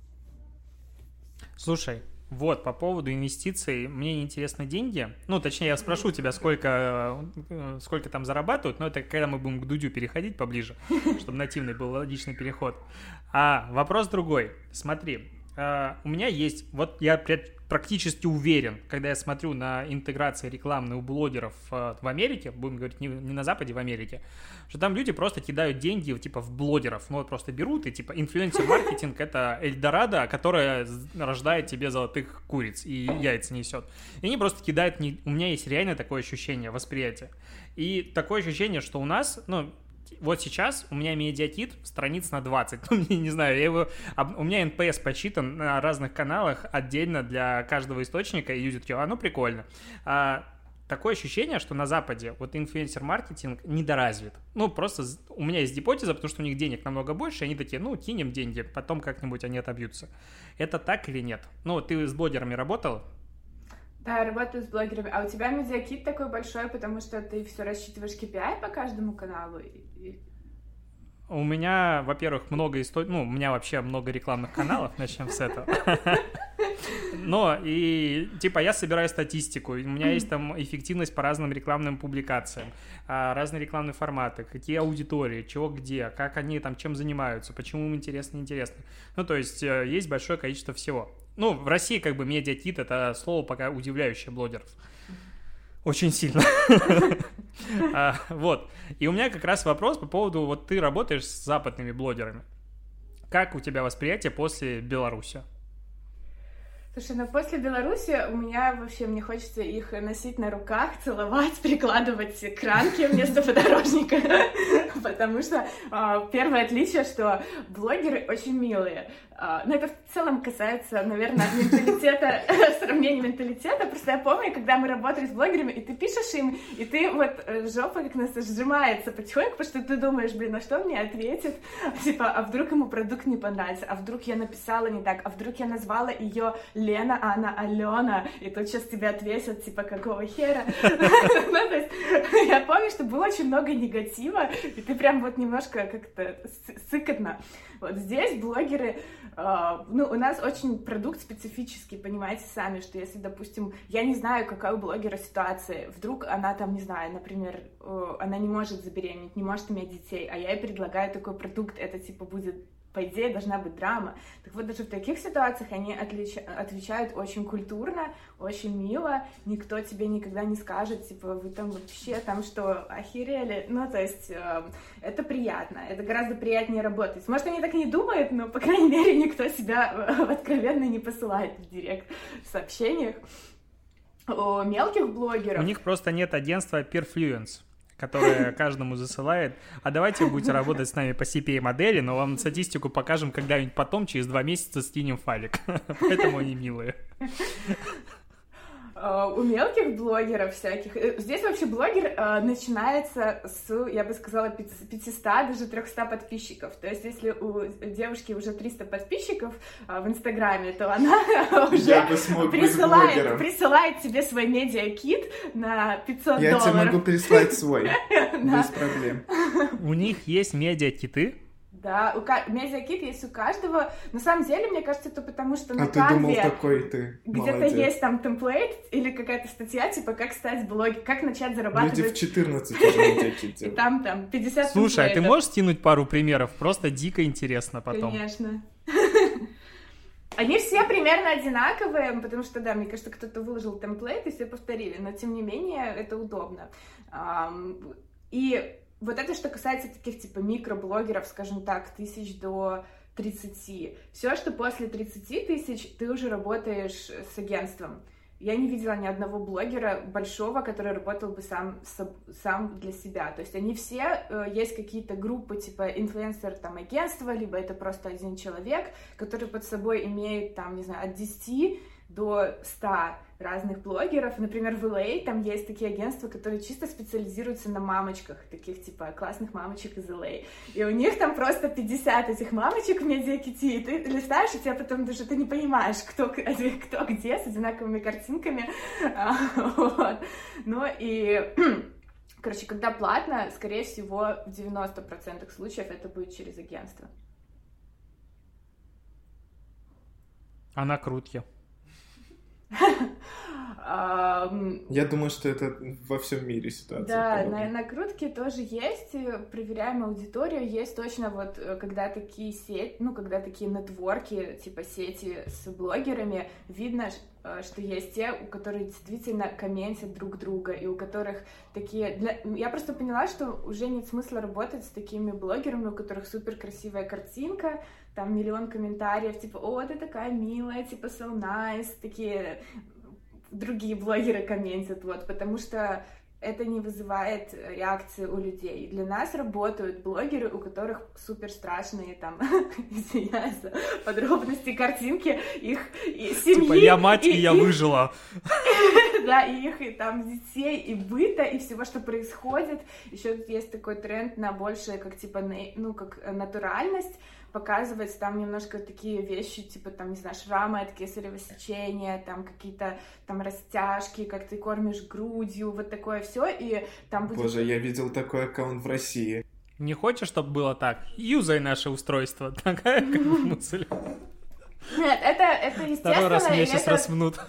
Слушай, вот, по поводу инвестиций, мне интересны деньги. Ну, точнее, я спрошу тебя, сколько, сколько там зарабатывают, но это когда мы будем к Дудю переходить поближе, чтобы нативный был логичный переход. А вопрос другой. Смотри, у меня есть, вот я практически уверен, когда я смотрю на интеграции рекламные у блогеров в Америке, будем говорить не, не на Западе, в Америке, что там люди просто кидают деньги типа в блогеров, ну вот просто берут и типа инфлюенсер-маркетинг — это Эльдорадо, которая рождает тебе золотых куриц и яйца несет. И они просто кидают, не... у меня есть реально такое ощущение, восприятие. И такое ощущение, что у нас, ну, вот сейчас у меня медиакит страниц на двадцать, ну, не знаю, я его, у меня эн пи эс посчитан на разных каналах отдельно для каждого источника, и люди такие, а, ну, прикольно. А, такое ощущение, что на Западе вот инфлюенсер-маркетинг недоразвит. Ну, просто у меня есть гипотеза, потому что у них денег намного больше, и они такие, ну, кинем деньги, потом как-нибудь они отобьются. Это так или нет? Ну, ты с блогерами работал? Да, я работаю с блогерами. А у тебя медиакит такой большой, потому что ты все рассчитываешь кей пи ай по каждому каналу? У меня, во-первых, много историй, ну, у меня вообще много рекламных каналов, начнем с этого. Но и, типа, я собираю статистику, у меня есть там эффективность по разным рекламным публикациям, разные рекламные форматы, какие аудитории, чего где, как они там, чем занимаются, почему им интересно, неинтересно. Ну, то есть, есть большое количество всего. Ну, в России как бы медиакит — это слово пока удивляющее блогеров. Очень сильно. а, вот. И у меня как раз вопрос по поводу, вот ты работаешь с западными блогерами. Как у тебя восприятие после Беларуси? Слушай, ну после Беларуси у меня вообще, мне хочется их носить на руках, целовать, прикладывать к ранке вместо подорожника, потому что а, первое отличие, что блогеры очень милые. А, но это в целом касается, наверное, менталитета, сравнения менталитета. Просто я помню, когда мы работали с блогерами, и ты пишешь им, и ты вот жопа как нас сжимается потихоньку, потому что ты думаешь, блин, а что мне ответит? Типа, а вдруг ему продукт не понравится? А вдруг я написала не так? А вдруг я назвала ее Лена, а она Алена, и тут сейчас тебе ответят, типа, какого хера? Ну, то есть, я помню, что было очень много негатива, и ты прям вот немножко как-то сыкотно. Вот здесь блогеры, ну, у нас очень продукт специфический, понимаете сами, что если, допустим, я не знаю, какая у блогера ситуация, вдруг она там, не знаю, например, она не может забеременеть, не может иметь детей, а я ей предлагаю такой продукт, это, типа, будет... По идее, должна быть драма. Так вот, даже в таких ситуациях они отлич... отвечают очень культурно, очень мило. Никто тебе никогда не скажет, типа, вы там вообще там что, охерели? Ну, то есть, э, это приятно. Это гораздо приятнее работать. Может, они так и не думают, но, по крайней мере, никто себя в откровенно не посылает в директ сообщениях. У мелких блогеров... У них просто нет агентства Perfluence, которая каждому засылает, а давайте вы будете работать с нами по си пи эй-модели, но вам статистику покажем когда-нибудь потом, через два месяца скинем файлик. Поэтому они милые. У мелких блогеров всяких... Здесь вообще блогер начинается с, я бы сказала, пятисот, даже трехсот подписчиков. То есть если у девушки уже триста подписчиков в Инстаграме, то она уже присылает, присылает тебе свой медиакит на пятьсот я долларов. Я тебе могу прислать свой, без проблем. У них есть медиакиты? Да, у медиакит есть у каждого. На самом деле, мне кажется, это потому, что на а Canva ты думал, такой ты где-то есть там темплейт или какая-то статья, типа, как стать блогером, как начать зарабатывать. Люди в четырнадцать уже медиакит делают. И там, там, пятьдесят Слушай, темплейтов. а ты можешь скинуть пару примеров? Просто дико интересно потом. Конечно. Они все примерно одинаковые, потому что, да, мне кажется, кто-то выложил темплейт и все повторили, но, тем не менее, это удобно. И вот это, что касается таких, типа, микроблогеров, скажем так, тысяч до тридцати. Все, что после тридцати тысяч, ты уже работаешь с агентством. Я не видела ни одного блогера большого, который работал бы сам, сам для себя. То есть они все, есть какие-то группы, типа, инфлюенсер, там, агентства, либо это просто один человек, который под собой имеет, там, не знаю, от десяти до ста разных блогеров. Например, в эл эй там есть такие агентства, которые чисто специализируются на мамочках, таких, типа, классных мамочек из эл эй. И у них там просто пятьдесят этих мамочек в медиаките, и ты листаешь, и тебя потом даже ты не понимаешь, кто, кто где, с одинаковыми картинками. Вот. Ну и... Короче, когда платно, скорее всего, в девяноста процентах случаев это будет через агентство. А накрутки? Я думаю, что это во всем мире ситуация. Да, на, накрутки тоже есть, проверяем аудиторию, есть точно вот, когда такие сети, ну, когда такие нетворки, типа сети с блогерами, видно, что есть те, у которых действительно комментят друг друга, и у которых такие... Для... Я просто поняла, что уже нет смысла работать с такими блогерами, у которых супер красивая картинка, там миллион комментариев, типа, о, ты такая милая, типа, so nice, такие другие блогеры комментят, вот, потому что это не вызывает реакции у людей. Для нас работают блогеры, у которых супер страшные, там, извиняюсь, подробности картинки их семьи. Типа, я мать, и, и я выжила. Да, и их, и там, детей, и быта, и всего, что происходит. Еще тут есть такой тренд на больше, как, типа, ну, как натуральность, показывать там немножко такие вещи, типа, там, не знаю, шрамы от кесарево сечения, там, какие-то там растяжки, как ты кормишь грудью, вот такое все, и там будет... Боже, я видел такой аккаунт в России. Не хочешь, чтобы было так? Юзай наше устройство. Такая как бы мысль. Нет, это, это естественно. Второй раз в месяц это... раз в минуту.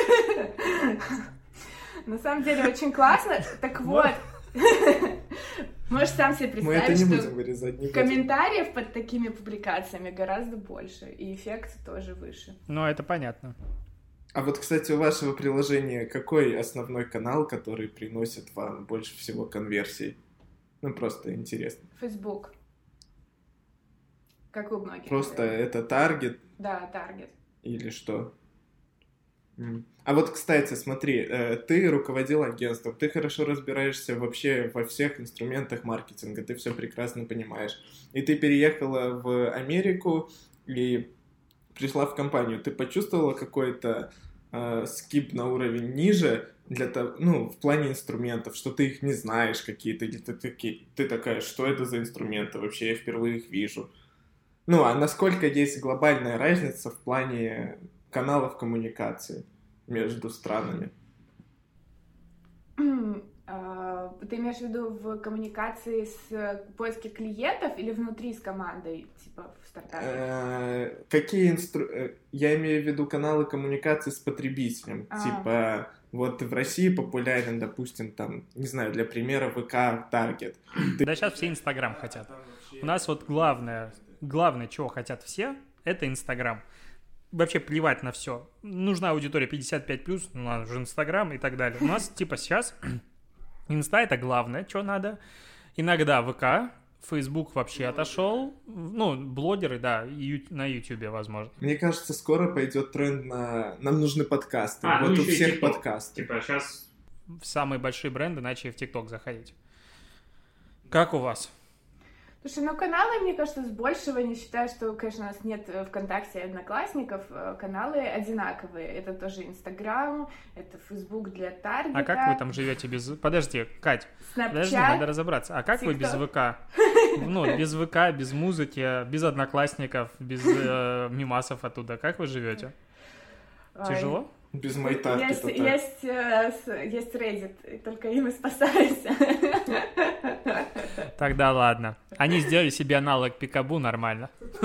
На самом деле очень классно. Так вот... Можешь сам себе представить, Мы это не что будем вырезать, не комментариев будем. Под такими публикациями гораздо больше, и эффект тоже выше. Ну, это понятно. А вот, кстати, у вашего приложения какой основной канал, который приносит вам больше всего конверсий? Ну, просто интересно. Facebook. Как у многих. Просто наверное. это таргет? Да, таргет. Или что? А вот, кстати, смотри, ты руководил агентством, ты хорошо разбираешься вообще во всех инструментах маркетинга, ты все прекрасно понимаешь. И ты переехала в Америку и пришла в компанию. Ты почувствовала какой-то э, скип на уровень ниже для того, ну, в плане инструментов, что ты их не знаешь какие-то, или ты, таки, ты такая, что это за инструменты вообще, я впервые их вижу. Ну, а насколько есть глобальная разница в плане каналов коммуникации между странами? Ты имеешь в виду в коммуникации с поиске клиентов или внутри с командой, типа в стартапе? Какие инстру... Я имею в виду каналы коммуникации с потребителем. А. Типа, вот в России популярен, допустим, там, не знаю, для примера, ВК, Таргет. Ты... Да сейчас все Инстаграм хотят. У нас вот главное, главное, чего хотят все, это Инстаграм. Вообще плевать на все. Нужна аудитория пятьдесят пять плюс, ну, надо же Инстаграм и так далее. У нас типа сейчас Инста — это главное, что надо. Иногда ВК, Фейсбук вообще отошел. Ну, блогеры, да, ю... на Ютубе, возможно. Мне кажется, скоро пойдет тренд на... Нам нужны подкасты. А, вот ну у всех подкасты. Типа сейчас самые большие бренды начали в ТикТок заходить. Как у вас? Слушай, ну каналы, мне кажется, с большего, не считаю, что, конечно, у нас нет ВКонтакте и Одноклассников, каналы одинаковые. Это тоже Инстаграм, это Фейсбук для таргета. А как вы там живете без... Подожди, Кать, Snapchat, подожди, надо разобраться. А как TikTok? Вы без ВК? Ну, без ВК, без музыки, без Одноклассников, без э, мемасов оттуда. Как вы живете? Тяжело? Без майтарки. Есть, есть, есть Reddit, только им и спасаемся. Тогда ладно. Они сделали себе аналог Пикабу, нормально.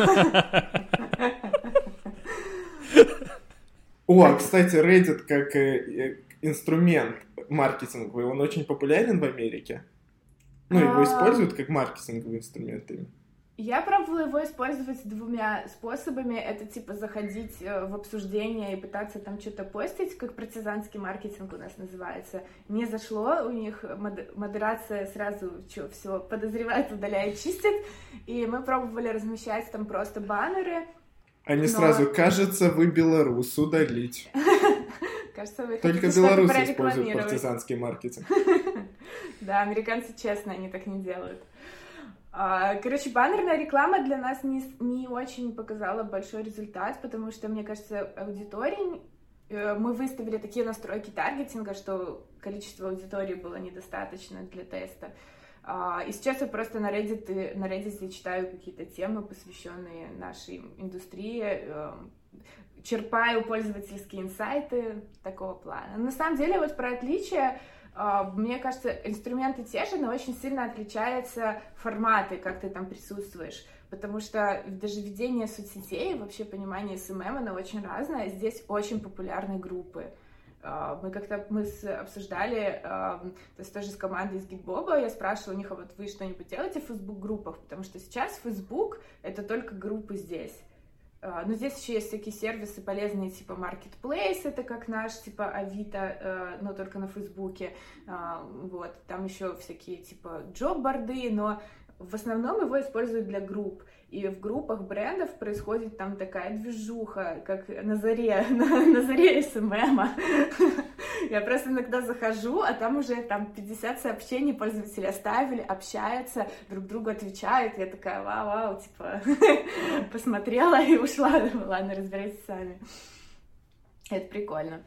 О, кстати, Reddit как э, инструмент маркетинговый, он очень популярен в Америке. Ну, его используют как маркетинговый инструмент. Я пробовала его использовать двумя способами. Это, типа, заходить в обсуждение и пытаться там что-то постить, как партизанский маркетинг у нас называется. Не зашло, у них модерация сразу что, все подозревает, удаляет, чистит. И мы пробовали размещать там просто баннеры. Они но... сразу, кажется, вы белорус, удалить. Кажется, вы Только белорусы используют партизанский маркетинг. Да, американцы, честно, они так не делают. Короче, баннерная реклама для нас не, не очень показала большой результат, потому что, мне кажется, аудитории... Мы выставили такие настройки таргетинга, что количество аудитории было недостаточно для теста. И сейчас я просто на Reddit, на Reddit читаю какие-то темы, посвященные нашей индустрии, черпаю пользовательские инсайты такого плана. На самом деле, вот про отличия... Мне кажется, инструменты те же, но очень сильно отличаются форматы, как ты там присутствуешь, потому что даже ведение соцсетей, вообще понимание эс эм эм, оно очень разное, здесь очень популярны группы. Мы как-то мы обсуждали, то есть тоже с командой из Гитбоба, я спрашивала у них, а вот вы что-нибудь делаете в Facebook-группах, потому что сейчас Facebook — это только группы здесь. Но здесь еще есть всякие сервисы полезные, типа Marketplace, это как наш, типа Авито, но только на Фейсбуке. Вот, там еще всякие, типа, джоб-борды, но в основном его используют для групп. И в группах брендов происходит там такая движуха, как на заре, на, на заре эс эм эм. Я просто иногда захожу, а там уже там пятьдесят сообщений пользователи оставили, общаются, друг другу отвечают. Я такая, вау-вау, типа, посмотрела и ушла. Ладно, разбирайтесь сами. Это прикольно.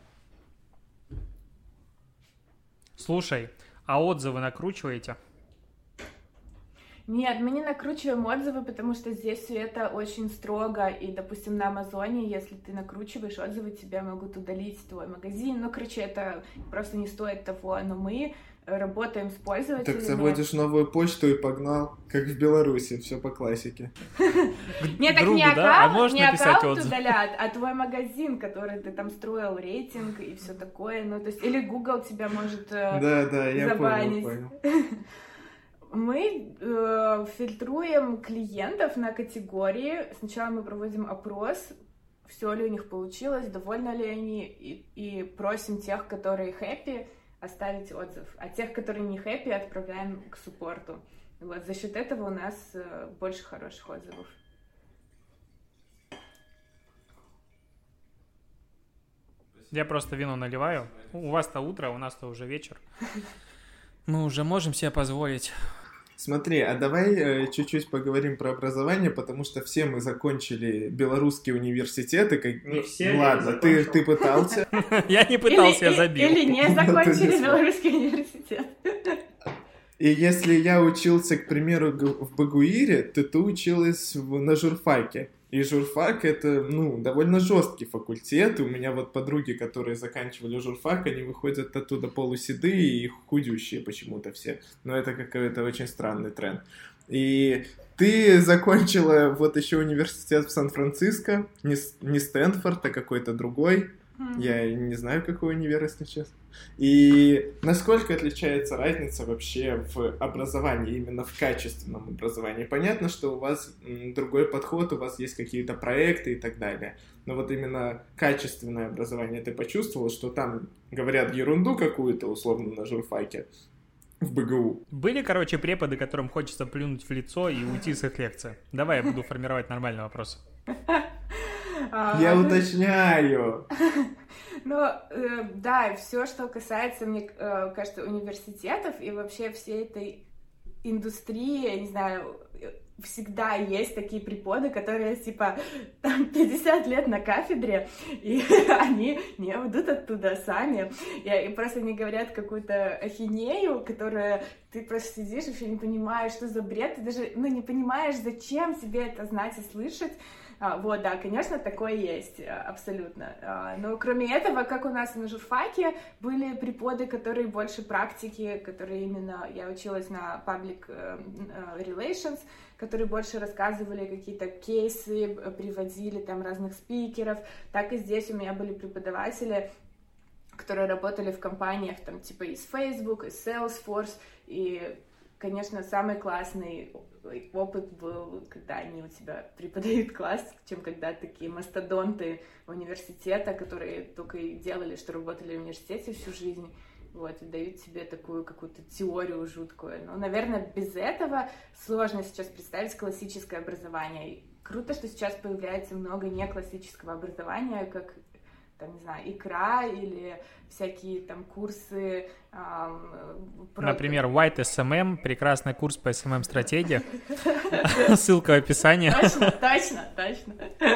Слушай, а отзывы накручиваете? Нет, мы не накручиваем отзывы, потому что здесь все это очень строго, и, допустим, на Амазоне, если ты накручиваешь отзывы, тебя могут удалить твой магазин, ну, короче, это просто не стоит того, но мы работаем с пользователями. Так заводишь новую почту и погнал, как в Беларуси, все по классике. Нет, так не аккаунт удалят, а твой магазин, который ты там строил, рейтинг и все такое, ну, то есть, или Google тебя может забанить. Да, да, я понял, понял. Мы э, фильтруем клиентов на категории. Сначала мы проводим опрос, все ли у них получилось, довольны ли они, и, и просим тех, которые хэппи, оставить отзыв. А тех, которые не хэппи, отправляем к суппорту. Вот, за счет этого у нас э, больше хороших отзывов. Я просто вино наливаю. У вас-то утро, у нас-то уже вечер. Мы уже можем себе позволить. Смотри, а давай э, чуть-чуть поговорим про образование, потому что все мы закончили белорусские университеты. Как... Не все, ладно, ты, ты пытался. Я не пытался, я забил. Или не закончили белорусский университет. И если я учился, к примеру, в Багуире, то ты училась на журфаке. И журфак — это, ну, довольно жесткий факультет. У меня вот подруги, которые заканчивали журфак, они выходят оттуда полуседые и худющие почему-то все. Но это какой-то очень странный тренд. И ты закончила вот еще университет в Сан-Франциско, не, не Стэнфорд, а какой-то другой. Mm-hmm. Я не знаю, какой универ, если честно. И насколько отличается разница вообще в образовании, именно в качественном образовании? Понятно, что у вас другой подход, у вас есть какие-то проекты и так далее. Но вот именно качественное образование, ты почувствовал, что там говорят ерунду какую-то, условно, на журфаке, в БГУ? Были, короче, преподы, которым хочется плюнуть в лицо и уйти с их лекции. Давай я буду формировать нормальный вопрос. Я уточняю. Ну, э, да, все, что касается, мне э, кажется, университетов и вообще всей этой индустрии, я не знаю, всегда есть такие преподы, которые, типа, там пятьдесят лет на кафедре, и они не уйдут оттуда сами, и, и просто не говорят какую-то ахинею, которая ты просто сидишь и вообще не понимаешь, что за бред, ты даже, ну, не понимаешь, зачем тебе это знать и слышать. А, вот, да, конечно, такое есть, абсолютно. А, но кроме этого, как у нас на журфаке, были преподы, которые больше практики, которые именно, я училась на public relations, которые больше рассказывали какие-то кейсы, приводили там разных спикеров. Так и здесь у меня были преподаватели, которые работали в компаниях там типа из Facebook, из Salesforce, и, конечно, самый классный опыт был, когда они у тебя преподают класс, чем когда такие мастодонты университета, которые только и делали, что работали в университете всю жизнь, вот, и дают тебе такую какую-то теорию жуткую. Но, наверное, без этого сложно сейчас представить классическое образование. И круто, что сейчас появляется много неклассического образования, как, там, не знаю, икра или всякие там курсы. Эм, про... Например, White эс эм эм, прекрасный курс по эс эм эм-стратегии. Ссылка в описании. Точно, точно, точно.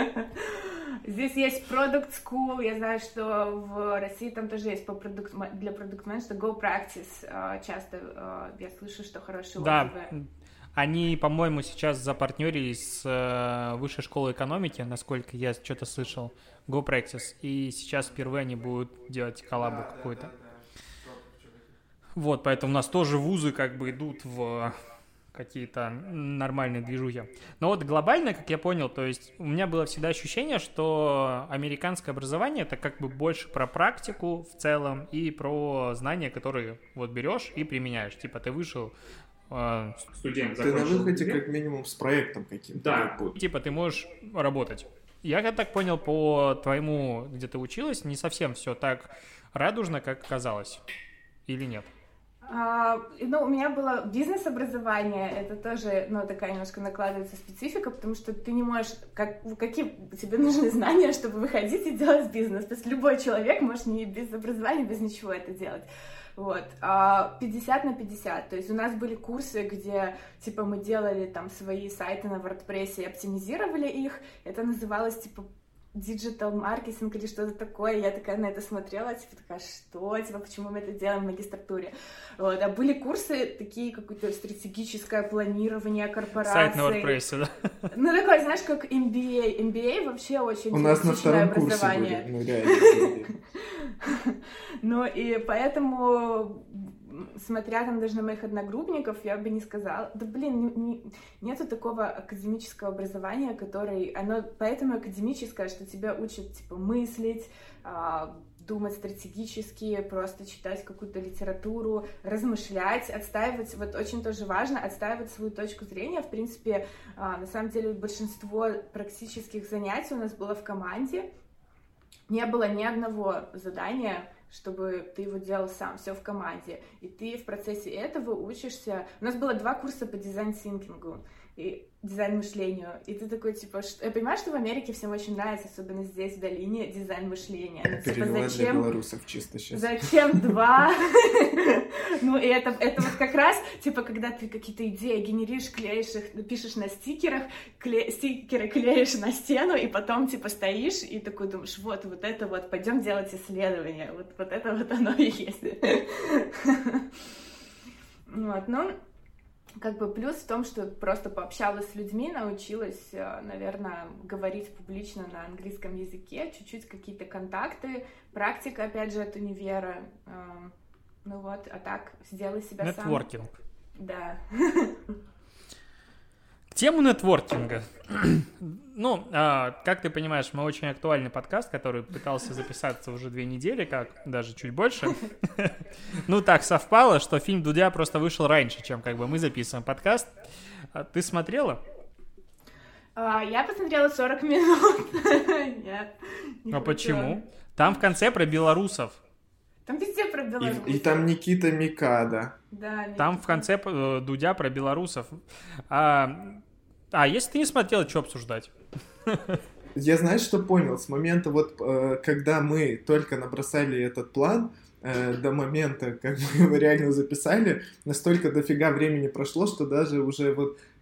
Здесь есть Product School, я знаю, что в России там тоже есть по продукт, для продукт-менеджера Go Practice. Часто я слышу, что хорошие отзывы. Да, они, по-моему, сейчас запартнерились с Высшей школой экономики, насколько я что-то слышал, Go Practice, и сейчас впервые они будут делать коллабу да, какую-то. Да, да, да. Вот, поэтому у нас тоже вузы как бы идут в какие-то нормальные движухи. Но вот глобально, как я понял, то есть у меня было всегда ощущение, что американское образование — это как бы больше про практику в целом и про знания, которые вот берешь и применяешь. Типа ты вышел, э, студент закончил. Ты на выходе как минимум с проектом каким-то. Да, типа ты можешь работать. Я так понял, по твоему, где ты училась, не совсем все так радужно, как казалось. Или нет? Uh, ну, у меня было бизнес-образование, это тоже, ну, такая немножко накладывается специфика, потому что ты не можешь, как, какие тебе нужны знания, чтобы выходить и делать бизнес, то есть любой человек может не без образования, без ничего это делать. Вот, пятьдесят на пятьдесят, то есть у нас были курсы, где, типа, мы делали там свои сайты на WordPress и оптимизировали их, это называлось, типа, диджитал маркетинг или что-то такое, я такая на это смотрела, типа, такая, что, типа, почему мы это делаем в магистратуре? Вот, а были курсы, такие, какое-то стратегическое планирование корпорации. Сайт на WordPress, да? Ну, такое, знаешь, как эм би эй. эм би эй вообще очень у нас на втором образование. Курсе были, ну, реально. Ну, и поэтому, смотря там даже на моих одногруппников, я бы не сказала, да, блин, не, нету такого академического образования, который, оно поэтому академическое, что тебя учат, типа, мыслить, думать стратегически, просто читать какую-то литературу, размышлять, отстаивать, вот очень тоже важно, отстаивать свою точку зрения. В принципе, на самом деле большинство практических занятий у нас было в команде, не было ни одного задания, чтобы ты его делал сам, все в команде. И ты в процессе этого учишься... У нас было два курса по дизайн-синкингу и дизайн-мышлению. И ты такой, типа... Что... Я понимаю, что в Америке всем очень нравится, особенно здесь, в долине, дизайн-мышления. Ну, типа, зачем... для белорусов чисто сейчас. Зачем два? Ну, и это, это вот как раз, типа, когда ты какие-то идеи генеришь, клеишь их, пишешь на стикерах, кле... стикеры клеишь на стену, и потом, типа, стоишь и такой думаешь, вот, вот это вот, пойдем делать исследование. Вот, вот это вот оно и есть. Вот, ну... Как бы плюс в том, что просто пообщалась с людьми, научилась, наверное, говорить публично на английском языке, чуть-чуть какие-то контакты, практика, опять же, от универа. Ну вот, а так, сделай себя сам. Нетворкинг. Да. Тему нетворкинга. Ну, как ты понимаешь, мы очень актуальный подкаст, который пытался записаться уже две недели, как даже чуть больше. Ну, так совпало, что фильм Дудя просто вышел раньше, чем как бы мы записываем подкаст. Ты смотрела? Я посмотрела сорок минут. Нет. А почему? Там в конце про белорусов. Там везде про белорусов. И, и там Никита Микада. Да, там в конце Дудя про белорусов. А, а если ты не смотрела, что обсуждать? Я, знаешь, что понял? С момента, вот, когда мы только набросали этот план, до момента, как мы его реально записали, настолько дофига времени прошло, что даже уже вот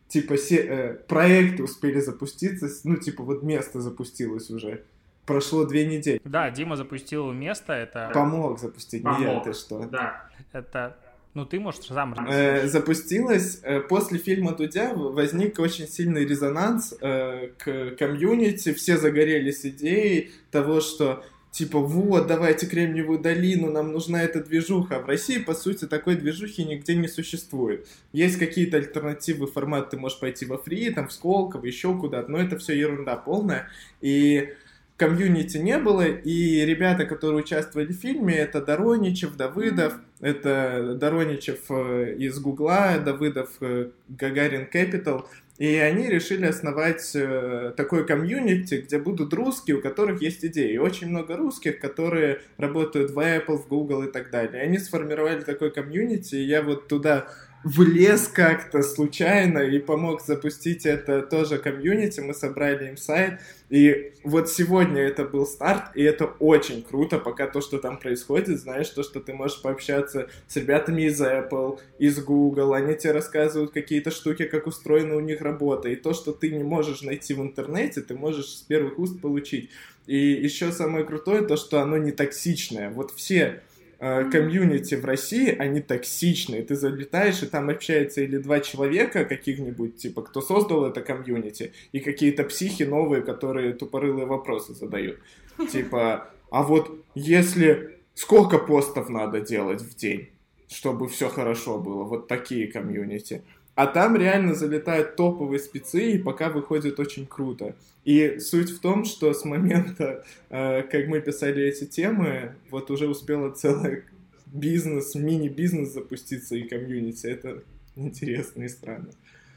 типа, се- э, проекты успели запуститься, ну, типа, вот место запустилось уже. Прошло две недели. Да, Дима запустил место, это... Помог запустить, не я, Помог, ты что. да. Это... Ну, ты, может, сам... Э, запустилось. Э, после фильма Дудя возник очень сильный резонанс э, к комьюнити. Все загорелись идеей того, что типа, вот, давайте Кремниевую долину, нам нужна эта движуха. А в России, по сути, такой движухи нигде не существует. Есть какие-то альтернативы формат, ты можешь пойти во Фри, там, в Сколково, еще куда-то, но это все ерунда полная. И комьюнити не было, и ребята, которые участвовали в фильме, это Дороничев, Давыдов, это Дороничев из Гугла, Давыдов Гагарин Capital, и они решили основать такой комьюнити, где будут русские, у которых есть идеи. И очень много русских, которые работают в Apple, в Google и так далее. И они сформировали такой комьюнити, и я вот туда влез как-то случайно и помог запустить это тоже комьюнити, мы собрали им сайт, и вот сегодня это был старт, и это очень круто, пока то, что там происходит, знаешь, то, что ты можешь пообщаться с ребятами из Apple, из Google, они тебе рассказывают какие-то штуки, как устроена у них работа, и то, что ты не можешь найти в интернете, ты можешь с первых уст получить. И еще самое крутое, то, что оно не токсичное, вот все комьюнити в России, они токсичные. Ты залетаешь, и там общается или два человека каких-нибудь, типа, кто создал это комьюнити, и какие-то психи новые, которые тупорылые вопросы задают. Типа, а вот если... Сколько постов надо делать в день, чтобы все хорошо было? Вот такие комьюнити. А там реально залетают топовые спецы, и пока выходит очень круто. И суть в том, что с момента, э, как мы писали эти темы, вот уже успела целый бизнес, мини-бизнес запуститься и комьюнити. Это интересно и странно.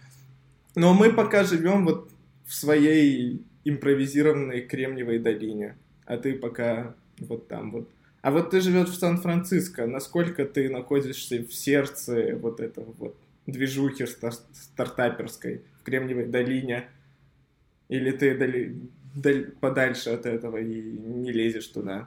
Но мы пока живем вот в своей импровизированной Кремниевой долине. А ты пока вот там вот. А вот ты живешь в Сан-Франциско. Насколько ты находишься в сердце вот этого вот движухи стар- стартаперской в Кремниевой долине? Или ты дали, даль, подальше от этого и не лезешь туда?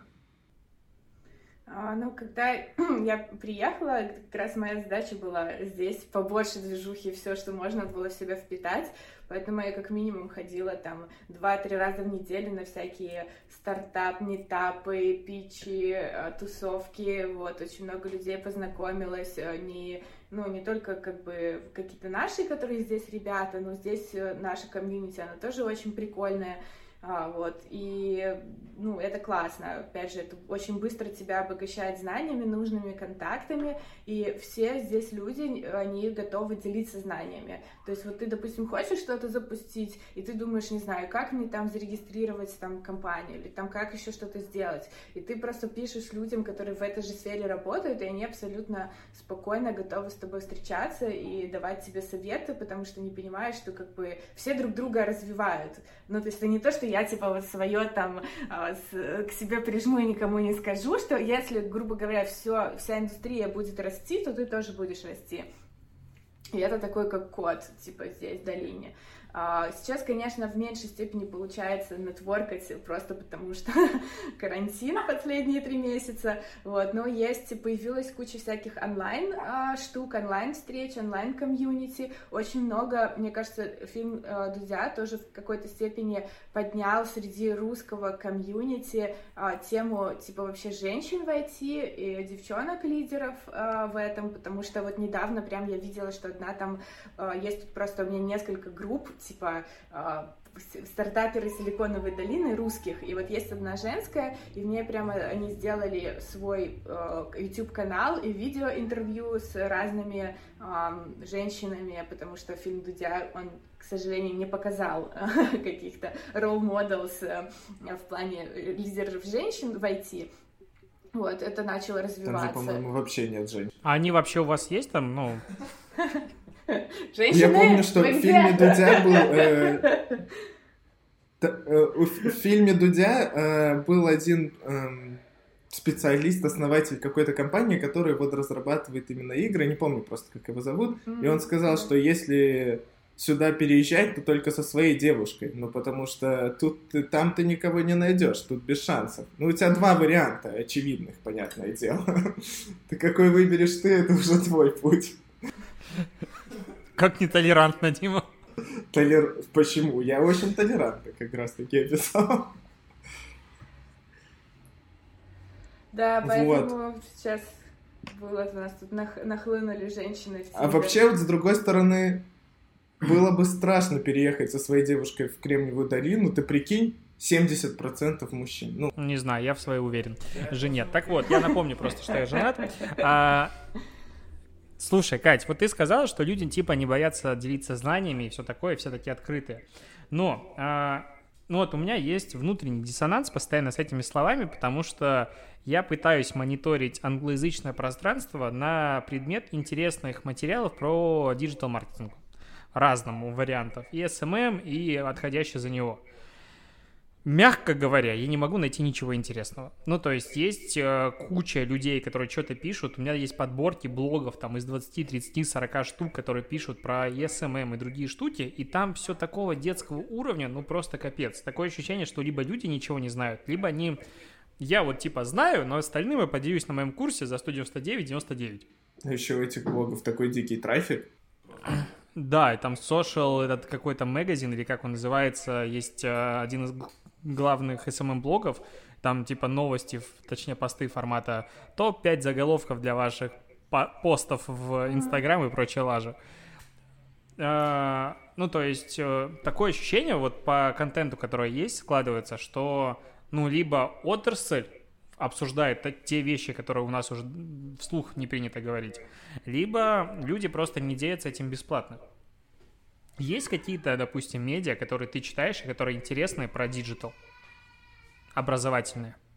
А, ну, когда я приехала, как раз моя задача была здесь побольше движухи, все, что можно было в себя впитать. Поэтому я как минимум ходила там два-три раза в неделю на всякие стартап, митапы, питчи, тусовки. Вот, очень много людей познакомилась, не... Ну, не только как бы какие-то наши, которые здесь ребята, но здесь наша комьюнити, она тоже очень прикольная, а, вот, и, ну, это классно, опять же, это очень быстро тебя обогащает знаниями, нужными контактами, и все здесь люди, они готовы делиться знаниями, то есть вот ты, допустим, хочешь что-то запустить, и ты думаешь, не знаю, как мне там зарегистрировать там компанию, или там как еще что-то сделать, и ты просто пишешь людям, которые в этой же сфере работают, и они абсолютно спокойно готовы с тобой встречаться и давать тебе советы, потому что не понимаешь, что как бы все друг друга развивают, ну, то есть это не то, что я типа вот свое там к себе прижму и никому не скажу, что если, грубо говоря, все, вся индустрия будет расти, то ты тоже будешь расти. И это такой как код, типа, здесь, в долине. Сейчас, конечно, в меньшей степени получается нетворкать, просто потому что карантин последние три месяца, вот, но есть, появилась куча всяких онлайн штук, онлайн-встреч, онлайн-комьюнити, очень много, мне кажется, фильм Дудя тоже в какой-то степени поднял среди русского комьюнити тему, типа, вообще женщин в ай ти и девчонок-лидеров в этом, потому что вот недавно прям я видела, что одна там, есть просто у меня несколько групп, типа стартаперы Силиконовой долины русских, и вот есть одна женская, и в ней прямо они сделали свой э, YouTube-канал и видео-интервью с разными э, женщинами, потому что фильм Дудя, он, к сожалению, не показал э, каких-то role models э, в плане лидеров женщин в ай ти. Вот, это начало развиваться. Там же, по-моему, вообще нет женщин. А они вообще у вас есть там, ну... Женщины, я помню, что в фильме Дудя был... Э, т, э, в фильме Дудя э, был один э, специалист, основатель какой-то компании, который вот разрабатывает именно игры, не помню просто, как его зовут, mm-hmm. и он сказал, что если сюда переезжать, то только со своей девушкой, ну потому что тут ты, там ты никого не найдешь, тут без шансов. Ну у тебя два варианта очевидных, понятное дело. Ты какой выберешь ты, это уже твой путь. Как нетолерантно, Дима. Толер... Почему? Я очень толерантно как раз-таки описал. Да, поэтому Вот. сейчас было у нас тут нах- нахлынули женщины. в А Тиндер. вообще, вот с другой стороны, было бы страшно переехать со своей девушкой в Кремниевую долину. Ты прикинь, семьдесят процентов мужчин. Ну, Не знаю, я в своей уверен. Жене. Так вот, я напомню просто, что я женат. А, Слушай, Кать, вот ты сказала, что люди типа не боятся делиться знаниями и все такое, все такие открытые. Но, а, ну вот у меня есть внутренний диссонанс постоянно с этими словами, потому что я пытаюсь мониторить англоязычное пространство на предмет интересных материалов про диджитал-маркетинг. Разному вариантов. И эс эм эм, и отходящий за него. Мягко говоря, я не могу найти ничего интересного. Ну, то есть, есть э, куча людей, которые что-то пишут. У меня есть подборки блогов там из двадцати, тридцати, сорока штук, которые пишут про эс эм эм и другие штуки. И там все такого детского уровня, ну, просто капец. Такое ощущение, что либо люди ничего не знают, либо они... Я вот типа знаю, но остальным я поделюсь на моем курсе за сто девяносто девять девяносто девять. а еще у этих блогов такой дикий трафик. Да, и там social, этот какой-то магазин, или как он называется, есть э, один из главных эс эм эм-блогов, там типа новости, точнее посты формата топ пять заголовков для ваших по- постов в Инстаграм и прочее лажа. Э, ну, то есть, э, такое ощущение вот по контенту, который есть, складывается, что, ну, либо отрасль обсуждает та- те вещи, которые у нас уже вслух не принято говорить, либо люди просто не делятся этим бесплатно. Есть какие-то, допустим, медиа, которые ты читаешь, и которые интересные про диджитал, образовательные?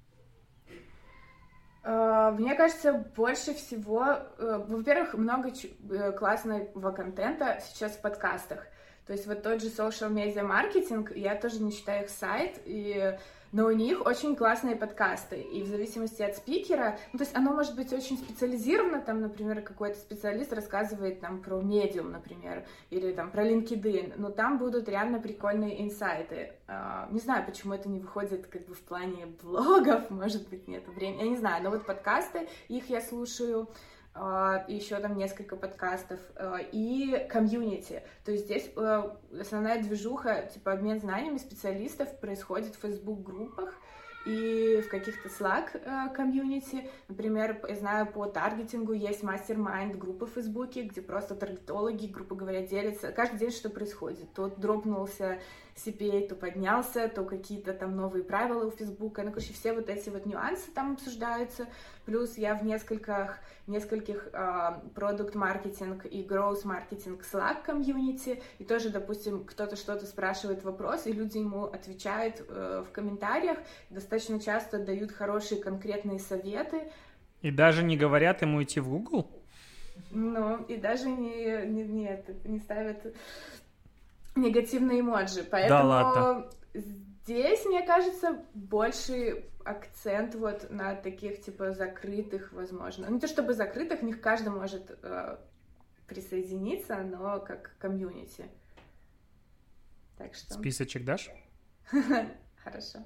Э, Мне кажется, больше всего, э, во-первых, много ч- э, классного контента сейчас в подкастах. То есть вот тот же social media маркетинг, я тоже не читаю их сайт, и... но у них очень классные подкасты, и в зависимости от спикера, ну, то есть оно может быть очень специализировано, там, например, какой-то специалист рассказывает там про Medium, например, или там про LinkedIn, но там будут реально прикольные инсайты. Uh, не знаю, почему это не выходит как бы в плане блогов, может быть, нет времени, я не знаю, но вот подкасты, их я слушаю, Uh, еще там несколько подкастов, uh, и комьюнити. То есть здесь uh, основная движуха, типа обмен знаниями специалистов происходит в Facebook-группах и в каких-то Slack комьюнити. Например, я знаю, по таргетингу есть мастер-майнд группы в Фейсбуке, где просто таргетологи, грубо говоря, делятся. Каждый день что происходит. То дропнулся си пи эй, то поднялся, то какие-то там новые правила у Фейсбука. Ну, короче, все вот эти вот нюансы там обсуждаются. Плюс я в нескольких, нескольких продукт-маркетинг и гроус-маркетинг Slack комьюнити, и тоже, допустим, кто-то что-то спрашивает вопрос, и люди ему отвечают э, в комментариях, достаточно часто дают хорошие конкретные советы. И даже не говорят ему идти в Google? Ну, и даже не, не, не, не ставят негативные эмоджи. Поэтому да ладно. Здесь, мне кажется, больше акцент вот на таких, типа, закрытых, возможно. Не то чтобы закрытых, не каждый может э, присоединиться, но как комьюнити. Так что... Списочек дашь? Хорошо.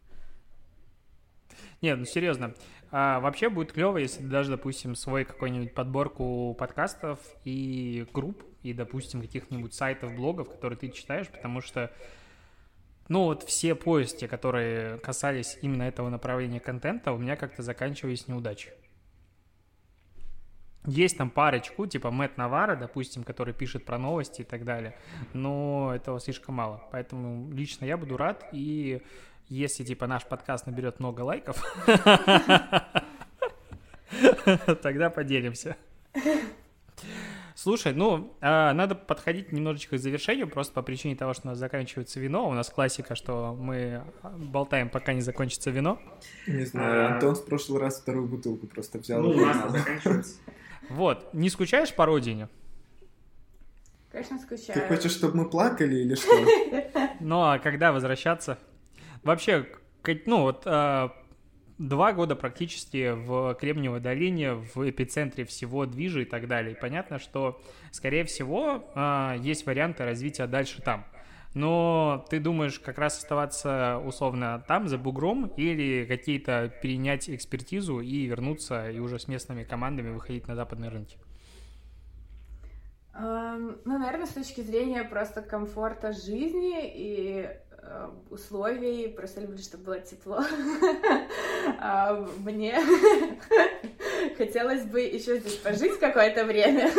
Нет, ну серьезно. А, вообще будет клево, если даже, допустим, свой какой-нибудь подборку подкастов и групп, и, допустим, каких-нибудь сайтов, блогов, которые ты читаешь, потому что, ну, вот все поиски, которые касались именно этого направления контента, у меня как-то заканчивались неудачей. Есть там парочку, типа Мэтт Навара, допустим, который пишет про новости и так далее, но этого слишком мало. Поэтому лично я буду рад, и если, типа, наш подкаст наберет много лайков, тогда поделимся. Слушай, ну, э, надо подходить немножечко к завершению, просто по причине того, что у нас заканчивается вино. У нас классика, что мы болтаем, пока не закончится вино. Не знаю, Антон в прошлый раз вторую бутылку просто взял. Ну, у нас заканчивается. Вот, не скучаешь по родине? Конечно, скучаю. Ты хочешь, чтобы мы плакали или что? Ну, а когда возвращаться? Вообще, ну, вот... Два года практически в Кремниевой долине, в эпицентре всего движа и так далее. И понятно, что, скорее всего, есть варианты развития дальше там. Но ты думаешь как раз оставаться условно там, за бугром, или какие-то перенять экспертизу и вернуться, и уже с местными командами выходить на западные рынки? Um, ну, наверное, с точки зрения просто комфорта жизни и э, условий, просто люблю, чтобы было тепло. Мне хотелось бы еще здесь пожить какое-то время.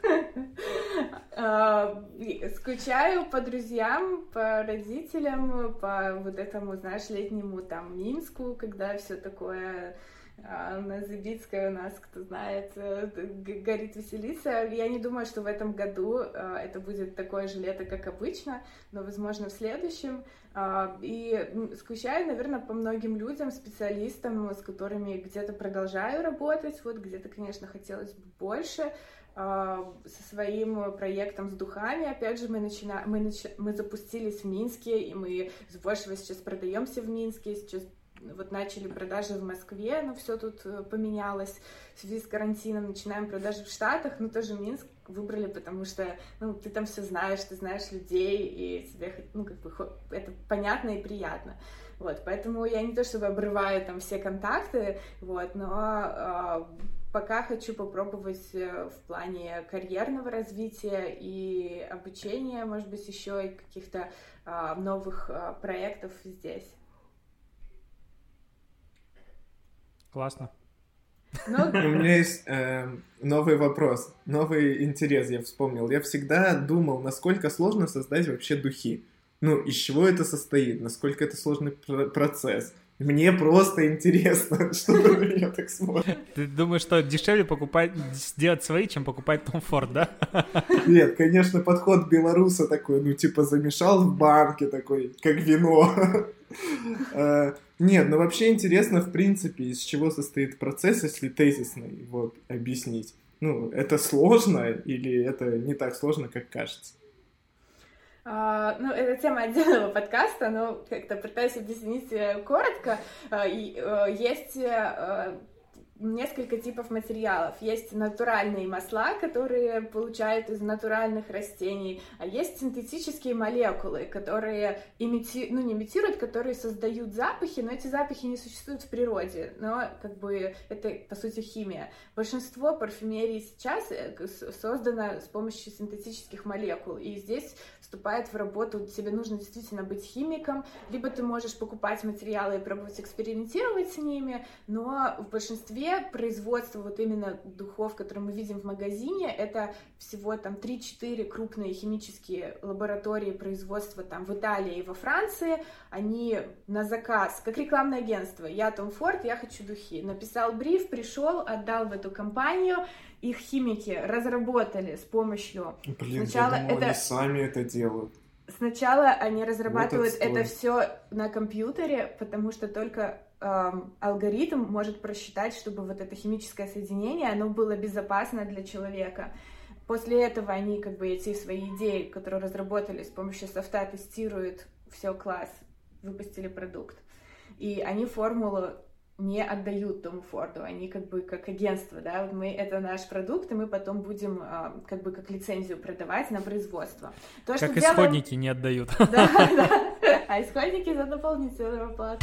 Скучаю по друзьям, по родителям, по вот этому, знаешь, летнему там Минску, когда все такое на Забицкой у нас, кто знает, горит, веселится. Я не думаю, что в этом году это будет такое же лето, как обычно, но, возможно, в следующем. И скучаю, наверное, по многим людям, специалистам, с которыми где-то продолжаю работать, вот где-то, конечно, хотелось бы больше. Со своим проектом с духами, опять же, мы, начина... мы, нач... мы запустились в Минске, и мы с большего сейчас продаемся в Минске, сейчас вот начали продажи в Москве, но все тут поменялось в связи с карантином, начинаем продажи в Штатах, но тоже Минск выбрали, потому что, ну, ты там все знаешь, ты знаешь людей, и тебе, ну, как бы, это понятно и приятно. Вот, поэтому я не то чтобы обрываю там все контакты, вот, но пока хочу попробовать в плане карьерного развития и обучения, может быть, еще и каких-то а, новых а, проектов здесь. Классно. Ну, у меня есть э, новый вопрос, новый интерес, я вспомнил. Я всегда думал, насколько сложно создать вообще духи. Ну, из чего это состоит, насколько это сложный пр- процесс. Мне просто интересно, что вы на меня так смотрите. Ты думаешь, что дешевле покупать, сделать свои, чем покупать Tom Ford, да? Нет, конечно, подход белоруса такой, ну, типа, замешал в банке такой, как вино. Нет, ну, вообще интересно, в принципе, из чего состоит процесс, если тезисно его объяснить. Ну, это сложно или это не так сложно, как кажется? Uh, ну, это тема отдельного подкаста, но как-то пытаюсь объяснить коротко. Uh, uh, есть uh, несколько типов материалов. Есть натуральные масла, которые получают из натуральных растений, а есть синтетические молекулы, которые имити... ну, не имитируют, которые создают запахи, но эти запахи не существуют в природе, но как бы это, по сути, химия. Большинство парфюмерии сейчас создано с помощью синтетических молекул, и здесь вступает в работу, тебе нужно действительно быть химиком, либо ты можешь покупать материалы и пробовать экспериментировать с ними, но в большинстве производство вот именно духов, которые мы видим в магазине, это всего там три-четыре крупные химические лаборатории производства там в Италии и во Франции, они на заказ, как рекламное агентство, я Tom Ford, я хочу духи, написал бриф, пришел, отдал в эту компанию, их химики разработали с помощью... Блин, Сначала я думал, это... они сами это делают. Сначала они разрабатывают Вот это все на компьютере, потому что только эм, алгоритм может просчитать, чтобы вот это химическое соединение, оно было безопасно для человека. После этого они как бы эти свои идеи, которые разработали с помощью софта, тестируют, все, класс, выпустили продукт. И они формулу не отдают Тому Форду, они как бы как агентство, да, вот мы, это наш продукт, и мы потом будем а, как бы как лицензию продавать на производство. То, как что исходники делаем... не отдают. Да, да, а исходники за дополнительную оплату.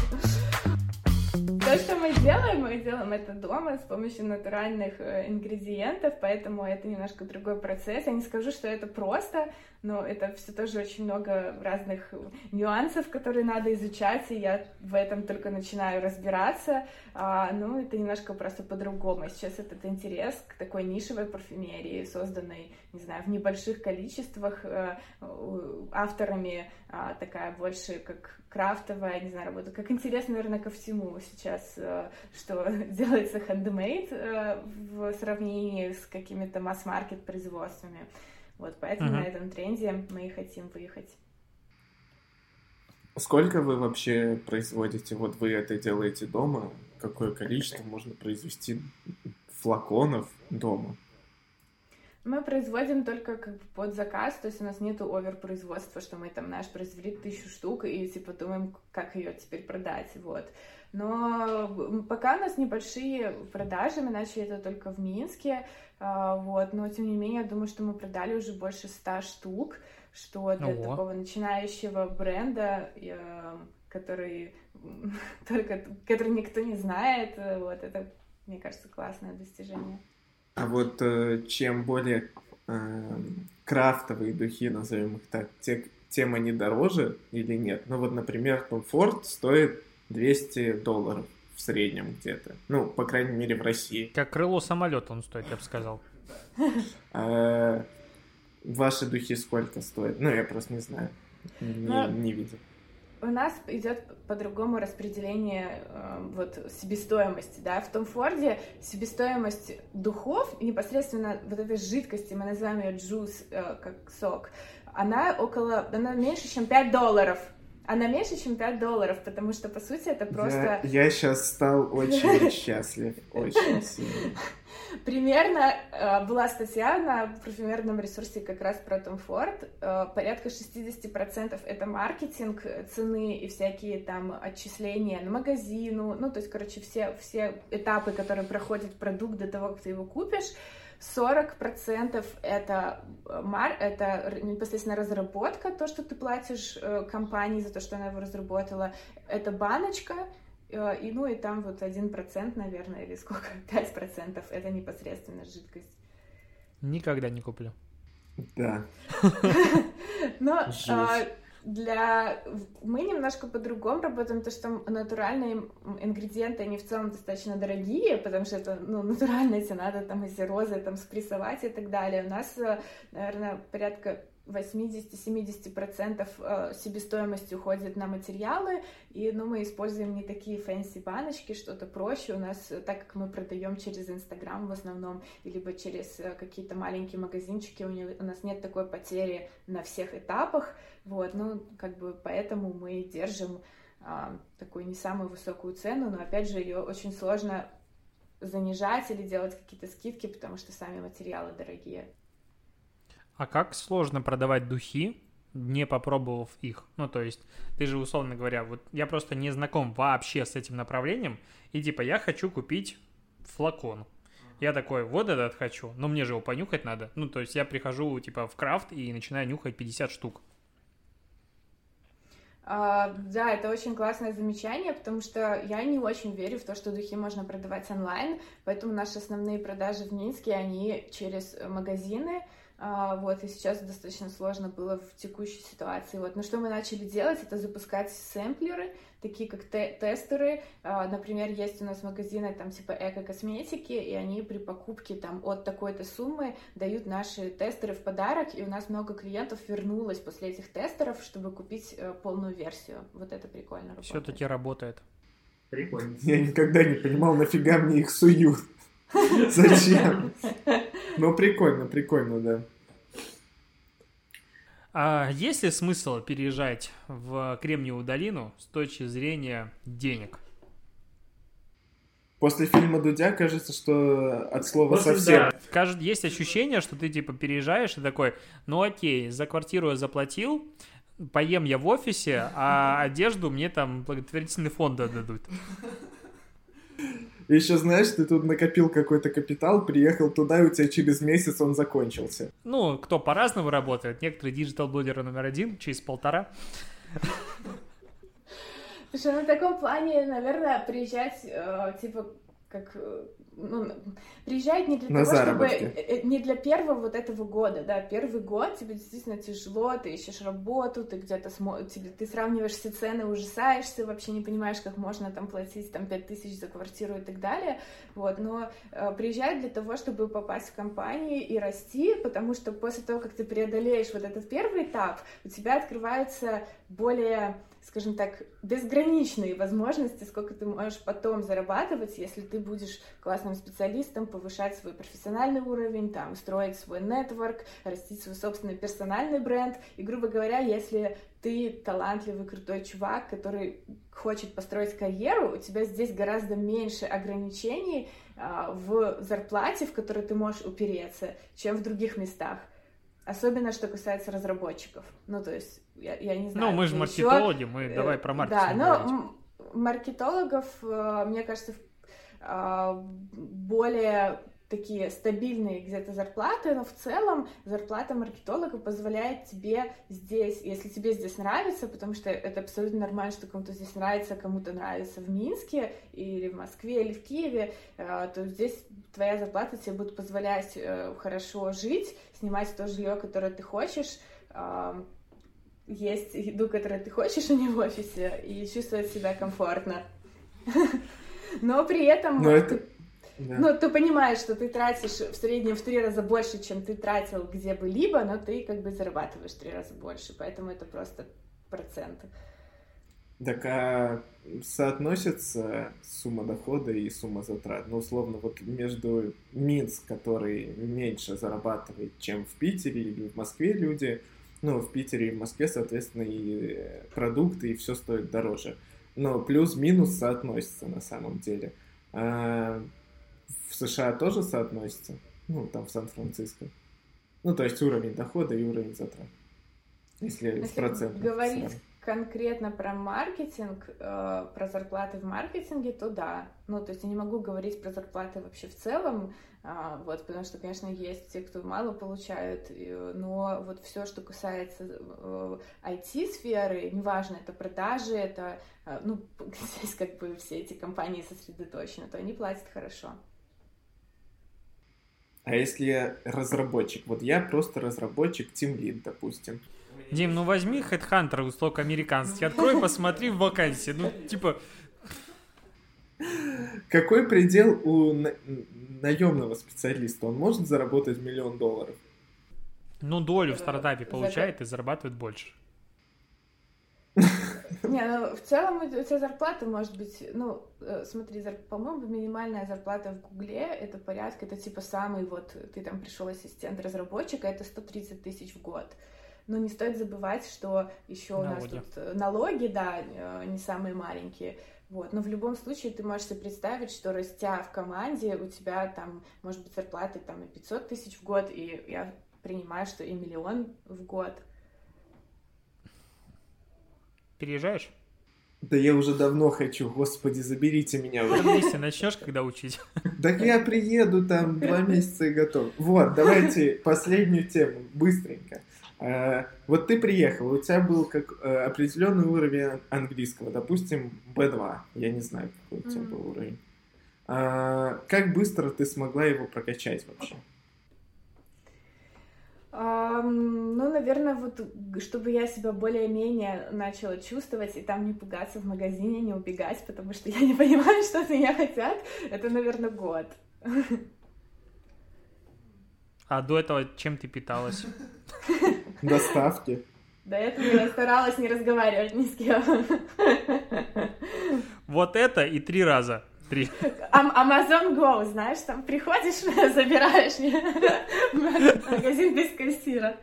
То, что мы делаем, мы делаем это дома с помощью натуральных ингредиентов, поэтому это немножко другой процесс. Я не скажу, что это просто, но это все тоже очень много разных нюансов, которые надо изучать, и я в этом только начинаю разбираться. А, ну, это немножко просто по-другому. Сейчас этот интерес к такой нишевой парфюмерии, созданной, не знаю, в небольших количествах э, авторами, а, такая больше как крафтовая, не знаю, работа. Как интересно, наверное, ко всему сейчас, э, что делается handmade э, в сравнении с какими-то масс-маркет производствами. Вот, поэтому uh-huh. на этом тренде мы и хотим выехать. Сколько вы вообще производите? Вот вы это делаете дома? Какое количество можно произвести флаконов дома? Мы производим только как бы под заказ, то есть у нас нету оверпроизводства, что мы там наш произвели тысячу штук и типа думаем, как ее теперь продать, вот. Но пока у нас небольшие продажи, мы начали это только в Минске, вот, но тем не менее, я думаю, что мы продали уже больше ста штук, что для Ого. такого начинающего бренда, который только, который никто не знает, вот, это, мне кажется, классное достижение. А вот э, чем более э, крафтовые духи, назовем их так, те, тем они дороже или нет? Ну вот, например, Tom Ford стоит двести долларов в среднем где-то. Ну, по крайней мере, в России. Как крыло самолета он стоит, я бы сказал. А ваши духи сколько стоят? Ну, я просто не знаю. Не, Но... не видел. У нас идет по-другому распределение э, вот себестоимости, да, в Том Форде себестоимость духов, непосредственно вот этой жидкости, мы называем ее джус, э, как сок, она около, она меньше, чем пять долларов. Она меньше, чем пять долларов, потому что, по сути, это просто... Я, я сейчас стал очень счастлив, очень сильно. Примерно э, была статья на парфюмерном ресурсе как раз про Том Форд. Э, порядка шестьдесят процентов это маркетинг цены и всякие там отчисления на магазину. Ну, то есть, короче, все, все этапы, которые проходит продукт до того, как ты его купишь. сорок процентов это, мар... это непосредственно разработка, то, что ты платишь э, компании за то, что она его разработала. Это баночка. И, ну, и там вот один процент, наверное, или сколько, пять процентов, это непосредственно жидкость. Никогда не куплю. Да. Но для... Мы немножко по-другому работаем, то что натуральные ингредиенты, они в целом достаточно дорогие, потому что это, ну, натурально, если надо там эти розы там спрессовать и так далее. У нас, наверное, порядка восемьдесят-семьдесят процентов себестоимости уходит на материалы, и, ну, мы используем не такие фэнси баночки, что-то проще. У нас, так как мы продаем через Инстаграм в основном, либо через какие-то маленькие магазинчики, у, не, у нас нет такой потери на всех этапах, вот, ну, как бы поэтому мы держим а, такую не самую высокую цену, но, опять же, ее очень сложно занижать или делать какие-то скидки, потому что сами материалы дорогие. А как сложно продавать духи, не попробовав их? Ну, то есть, ты же, условно говоря, вот я просто не знаком вообще с этим направлением, и типа я хочу купить флакон. Я такой, вот этот хочу, но мне же его понюхать надо. Ну, то есть я прихожу типа в крафт и начинаю нюхать пятьдесят штук. Uh, да, это очень классное замечание, потому что я не очень верю в то, что духи можно продавать онлайн, поэтому наши основные продажи в Минске, они через магазины. Uh, вот, и сейчас достаточно сложно было в текущей ситуации. Вот. Но что мы начали делать, это запускать сэмплеры, такие как те- тестеры. Uh, например, есть у нас магазины там типа эко-косметики, и они при покупке там от такой-то суммы дают наши тестеры в подарок, и у нас много клиентов вернулось после этих тестеров, чтобы купить uh, полную версию. Вот это прикольно работает. Все-таки работает. Прикольно. Я никогда не понимал, нафига мне их суют. Зачем? Ну, прикольно, прикольно, да. А есть ли смысл переезжать в Кремниевую долину с точки зрения денег? После фильма Дудя кажется, что от слова После, совсем. Да. Кажется, есть ощущение, что ты типа переезжаешь и такой, ну окей, за квартиру я заплатил, поем я в офисе, а одежду мне там благотворительный фонд отдадут. И еще, знаешь, ты тут накопил какой-то капитал, приехал туда, и у тебя через месяц он закончился. Ну, кто по-разному работает. Некоторые диджитал-блогеры номер один через полтора. Слушай, на таком плане, наверное, приезжать, э, типа, как... Ну, приезжать не для на того, заработки. чтобы... Не для первого вот этого года, да. Первый год тебе действительно тяжело, ты ищешь работу, ты где-то смо... тебе... ты сравниваешь все цены, ужасаешься, вообще не понимаешь, как можно там платить там пять тысяч за квартиру и так далее. Вот, но э, приезжать для того, чтобы попасть в компанию и расти, потому что после того, как ты преодолеешь вот этот первый этап, у тебя открывается более... скажем так, безграничные возможности, сколько ты можешь потом зарабатывать, если ты будешь классным специалистом, повышать свой профессиональный уровень, там, строить свой нетворк, растить свой собственный персональный бренд. И, грубо говоря, если ты талантливый, крутой чувак, который хочет построить карьеру, у тебя здесь гораздо меньше ограничений а, в зарплате, в которой ты можешь упереться, чем в других местах. Особенно, что касается разработчиков. Ну, то есть, я, я не знаю... Ну, мы же маркетологи, еще... мы давай про маркетинг Да, но говорить. Маркетологов, мне кажется, более такие стабильные где-то зарплаты, но в целом зарплата маркетолога позволяет тебе здесь, если тебе здесь нравится, потому что это абсолютно нормально, что кому-то здесь нравится, кому-то нравится в Минске или в Москве или в Киеве, то здесь твоя зарплата тебе будет позволять хорошо жить, снимать то жилье, которое ты хочешь, есть еду, которую ты хочешь, а не в офисе, и чувствовать себя комфортно. Но при этом... Но это... Да. Ну, ты понимаешь, что ты тратишь в среднем в три раза больше, чем ты тратил где бы либо, но ты как бы зарабатываешь в три раза больше, поэтому это просто проценты. Так, а соотносится сумма дохода и сумма затрат? Ну, условно, вот между Минск, который меньше зарабатывает, чем в Питере или в Москве люди, ну, в Питере и в Москве, соответственно, и продукты, и все стоит дороже. Но плюс-минус соотносится на самом деле. А в США тоже соотносится? Ну, там в Сан-Франциско. Ну, то есть уровень дохода и уровень затрат. Если, Если с процентом говорить сразу. Конкретно про маркетинг, э, про зарплаты в маркетинге, то да. Ну, то есть я не могу говорить про зарплаты вообще в целом, э, вот, потому что, конечно, есть те, кто мало получают, э, но вот все, что касается э, ай ти-сферы, неважно, это продажи, это, э, ну, здесь как бы все эти компании сосредоточены, то они платят хорошо. А если я разработчик? Вот я просто разработчик, тимлид, допустим. Дим, ну возьми HeadHunter, услуг американский, открой, посмотри в вакансии. Ну, типа... Какой предел у на... наемного специалиста? Он может заработать миллион долларов? Ну, долю в стартапе получает и зарабатывает больше. Не, ну в целом у тебя зарплата может быть, ну, смотри, по-моему, минимальная зарплата в Гугле это порядка, это типа самый вот, ты там пришел ассистент разработчика, это сто тридцать тысяч в год. Но не стоит забывать, что еще у нас тут налоги, да, не самые маленькие. Вот. Но в любом случае ты можешь себе представить, что растя в команде, у тебя там может быть зарплата там и пятьсот тысяч в год, и я принимаю, что и миллион в год. Переезжаешь? Да я уже давно хочу, господи, заберите меня. Вместе начнешь, когда учить? Так я приеду там два месяца и готов. Вот, давайте последнюю тему, быстренько. А, вот ты приехал, у тебя был как а, определенный уровень английского, допустим, би два, я не знаю, какой у тебя mm-hmm. был уровень. А, как быстро ты смогла его прокачать вообще? Um, ну, наверное, вот, чтобы я себя более-менее начала чувствовать и там не пугаться в магазине, не убегать, потому что я не понимаю, что от меня хотят, это, наверное, год. А до этого чем ты питалась? Доставки. До этого я старалась не разговаривать ни с кем. Вот это и три раза. Три. Amazon Go, знаешь, там приходишь, забираешь магазин без кассира.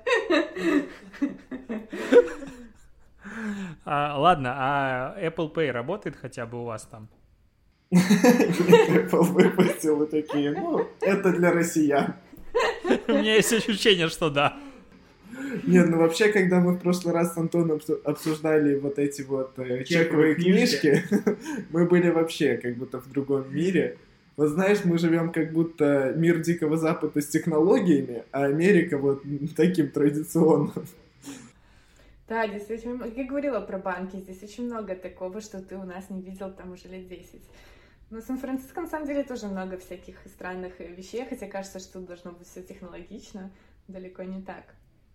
А, ладно, а Apple Pay работает хотя бы у вас там? Apple выпустил такие, ну, это для россиян. У меня есть ощущение, что да. Нет, ну вообще, когда мы в прошлый раз с Антоном обсуждали вот эти вот э, чековые книжки, мы были вообще как будто в другом мире. Вот знаешь, мы живем как будто мир Дикого Запада с технологиями, а Америка вот таким традиционным. Да, действительно, как я говорила про банки, здесь очень много такого, что ты у нас не видел там уже лет десять. Но в Сан-Франциско, на самом деле, тоже много всяких странных вещей, хотя кажется, что тут должно быть все технологично, далеко не так.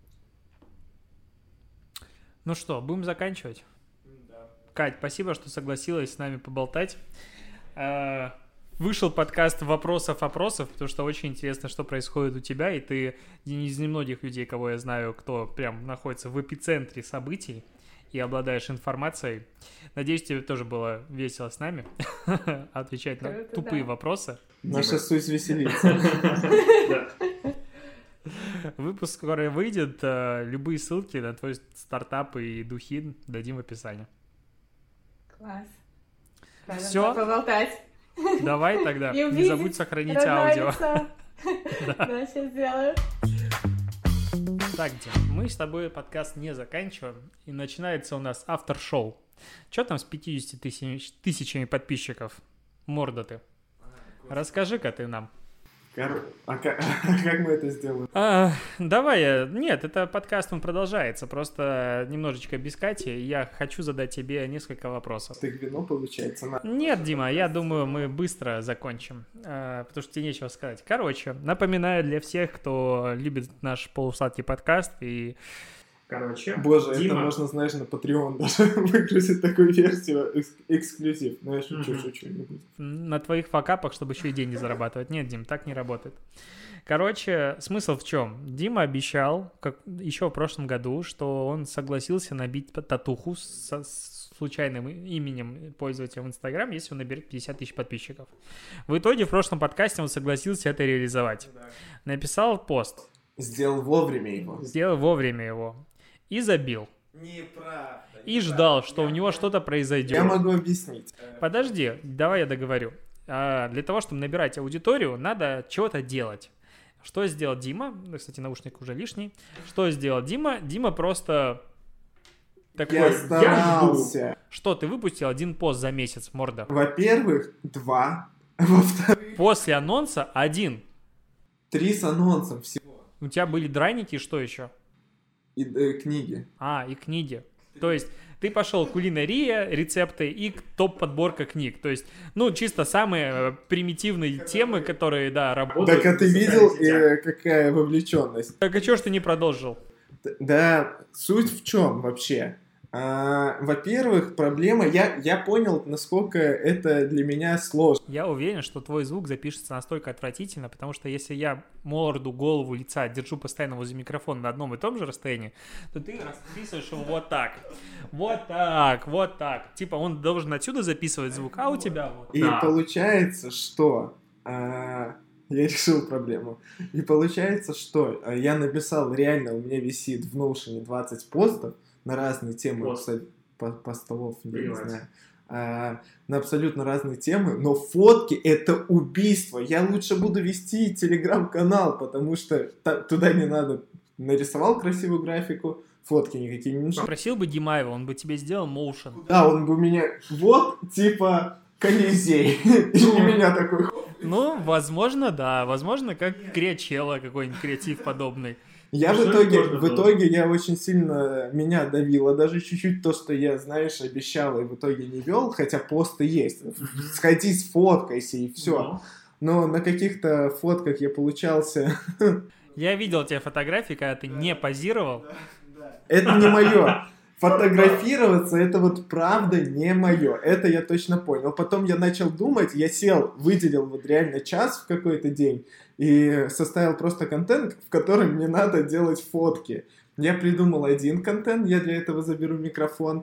Ну что, будем заканчивать? Да. Кать, спасибо, что согласилась с нами поболтать. Вышел подкаст «Вопросов-опросов», потому что очень интересно, что происходит у тебя, и ты один из немногих людей, кого я знаю, кто прям находится в эпицентре событий и обладаешь информацией. Надеюсь, тебе тоже было весело с нами отвечать на тупые вопросы. Наша суть веселится. Выпуск скоро выйдет. Любые ссылки на твой стартап и духи дадим в описании. Класс. Все. Поболтать. Давай тогда. Не забудь сохранить аудио. Да, сейчас сделаю. Так, Дим, мы с тобой подкаст не заканчиваем. И начинается у нас автор-шоу. Что там с пятьюдесятью тысячами подписчиков? Морда ты. Расскажи-ка ты нам. Кор... А как... как мы это сделаем? А, давай, я- нет, это подкаст, он продолжается, просто немножечко без Кати. Я хочу задать тебе несколько вопросов. Ты вино, получается, на... Нет, Дима, я думаю, мы быстро закончим, а, потому что тебе нечего сказать. Короче, напоминаю для всех, кто любит наш полусладкий подкаст и... Короче, Боже, это Дима- можно, знаешь, на Patreon даже выгрузить такую версию, экс- эксклюзив. Ну, я шучу, Мгм. шучу, не будет. на твоих факапах, чтобы еще и деньги зарабатывать. Нет, Дим, так не работает. Короче, смысл в чем? Дима обещал, как еще в прошлом году, что он согласился набить татуху со- с случайным именем пользователя в Инстаграм, если он наберет пятьдесят тысяч подписчиков. В итоге в прошлом подкасте он согласился это реализовать. Написал пост, Сделал вовремя его. сделал вовремя его и забил. Неправда. И ждал, что у него что-то произойдет. Я могу объяснить. Подожди, давай я договорю. А, Для того, чтобы набирать аудиторию, надо чего-то делать. Что сделал Дима? Ну, кстати, наушник уже лишний. Что сделал Дима? Дима просто такой, Я жду. старался. Что, ты выпустил один пост за месяц, морда? Во-первых, два. Во-вторых, После анонса один. три с анонсом всего. У тебя были драники и что еще? И э, книги. А, и книги. То есть ты пошел кулинария, рецепты и топ-подборка книг. То есть, ну, чисто самые э, примитивные темы, которые, да, работают. Так а ты в видел, социальных сетях. э, какая вовлеченность? Так а чё ж ты не продолжил? Д- Да, суть в чем вообще? А, во-первых, проблема, я, я понял, насколько это для меня сложно. Я уверен, что твой звук запишется настолько отвратительно, потому что если я морду, голову, лица держу постоянно возле микрофона на одном и том же расстоянии, то ты расписываешь его вот так. Вот так, вот так. Типа он должен отсюда записывать звук, а у тебя вот И так. получается, что а, я решил проблему. И получается, что а, я написал, реально у меня висит в Notion двадцать постов на разные темы, Пост. кстати, по- постов, я не Понимаю. знаю, а, на абсолютно разные темы, но фотки — это убийство. Я лучше буду вести телеграм-канал, потому что та- туда не надо. Нарисовал красивую графику, фотки никакие не нужны. Спросил бы Димаева, он бы тебе сделал моушен. Да, он бы у меня вот, типа, Колизей. И у меня такой... Ну, возможно, да. Возможно, как Криачелло какой-нибудь креатив подобный. Я в Что итоге, можно в было? итоге я очень сильно, меня давило даже чуть-чуть то, что я, знаешь, обещал и в итоге не вел, хотя посты есть. Сходи, сфоткайся и все. Но на каких-то фотках я получался... Я видел те фотографии, когда ты не позировал. Это не мое. Фотографироваться, это вот правда не мое. Это я точно понял. Потом я начал думать, я сел, выделил вот реально час в какой-то день и составил просто контент, в котором мне надо делать фотки. Я придумал один контент, я для этого заберу микрофон,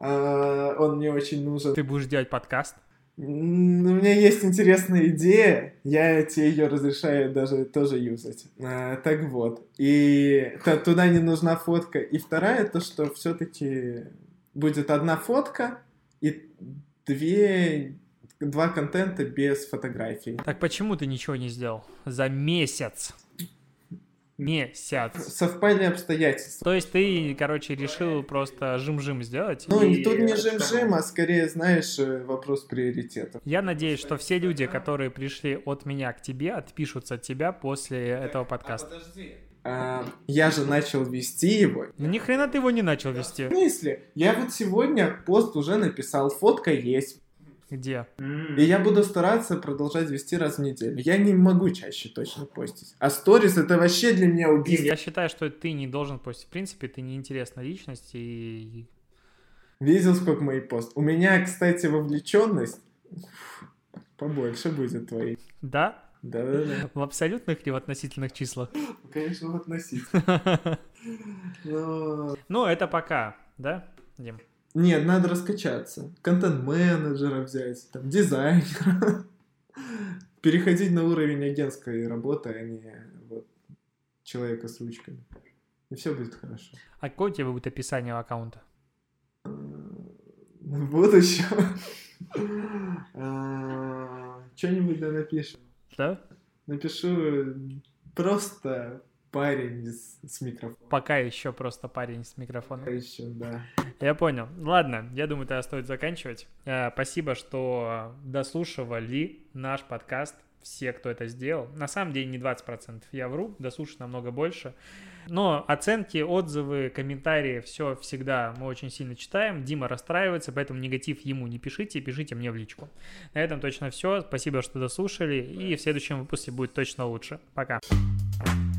а, он мне очень нужен. Ты будешь делать подкаст. М, У меня есть интересная идея, я тебе ее разрешаю даже тоже юзать. А, так вот, и т- туда не нужна фотка. И вторая, то, что все-таки будет одна фотка и две, два контента без фотографий. Так почему ты ничего не сделал? За месяц. Месяц. Совпали обстоятельства. То есть ты, короче, решил просто жим-жим сделать? Ну, и- тут не жим-жим, а скорее, знаешь, э, вопрос приоритетов. Я надеюсь, что все люди, которые пришли от меня к тебе, отпишутся от тебя после этого подкаста. А, я же начал вести его. Ну ни хрена ты его не начал вести. В смысле? Я вот сегодня пост уже написал, фотка есть. Где? И я буду стараться продолжать вести раз в неделю. Я не могу чаще точно постить. А сторис — это вообще для меня убийство. Я считаю, что ты не должен постить. В принципе, ты неинтересная личность и... Видел, сколько мои пост? У меня, кстати, вовлеченность побольше будет твоей. Да? Да-да-да. В абсолютных или в относительных числах? Конечно, в относительно. Но... Ну, это пока, да, Дим? Нет, надо раскачаться. Контент-менеджера взять, там, дизайнера. Переходить на уровень агентской работы, а не вот человека с ручками. И все будет хорошо. А какое у тебя будет описание аккаунта? В будущем что-нибудь да напишем. Да? Напишу просто парень с, с микрофоном. Пока еще просто парень с микрофоном. Еще, да. Я понял. Ладно, я думаю, тогда стоит заканчивать. Э, Спасибо, что дослушивали наш подкаст. все, кто это сделал. На самом деле не двадцать процентов, я вру, дослушать намного больше. Но оценки, отзывы, комментарии, все всегда мы очень сильно читаем. Дима расстраивается, поэтому негатив ему не пишите, пишите мне в личку. На этом точно все. Спасибо, что дослушали, и в следующем выпуске будет точно лучше. Пока.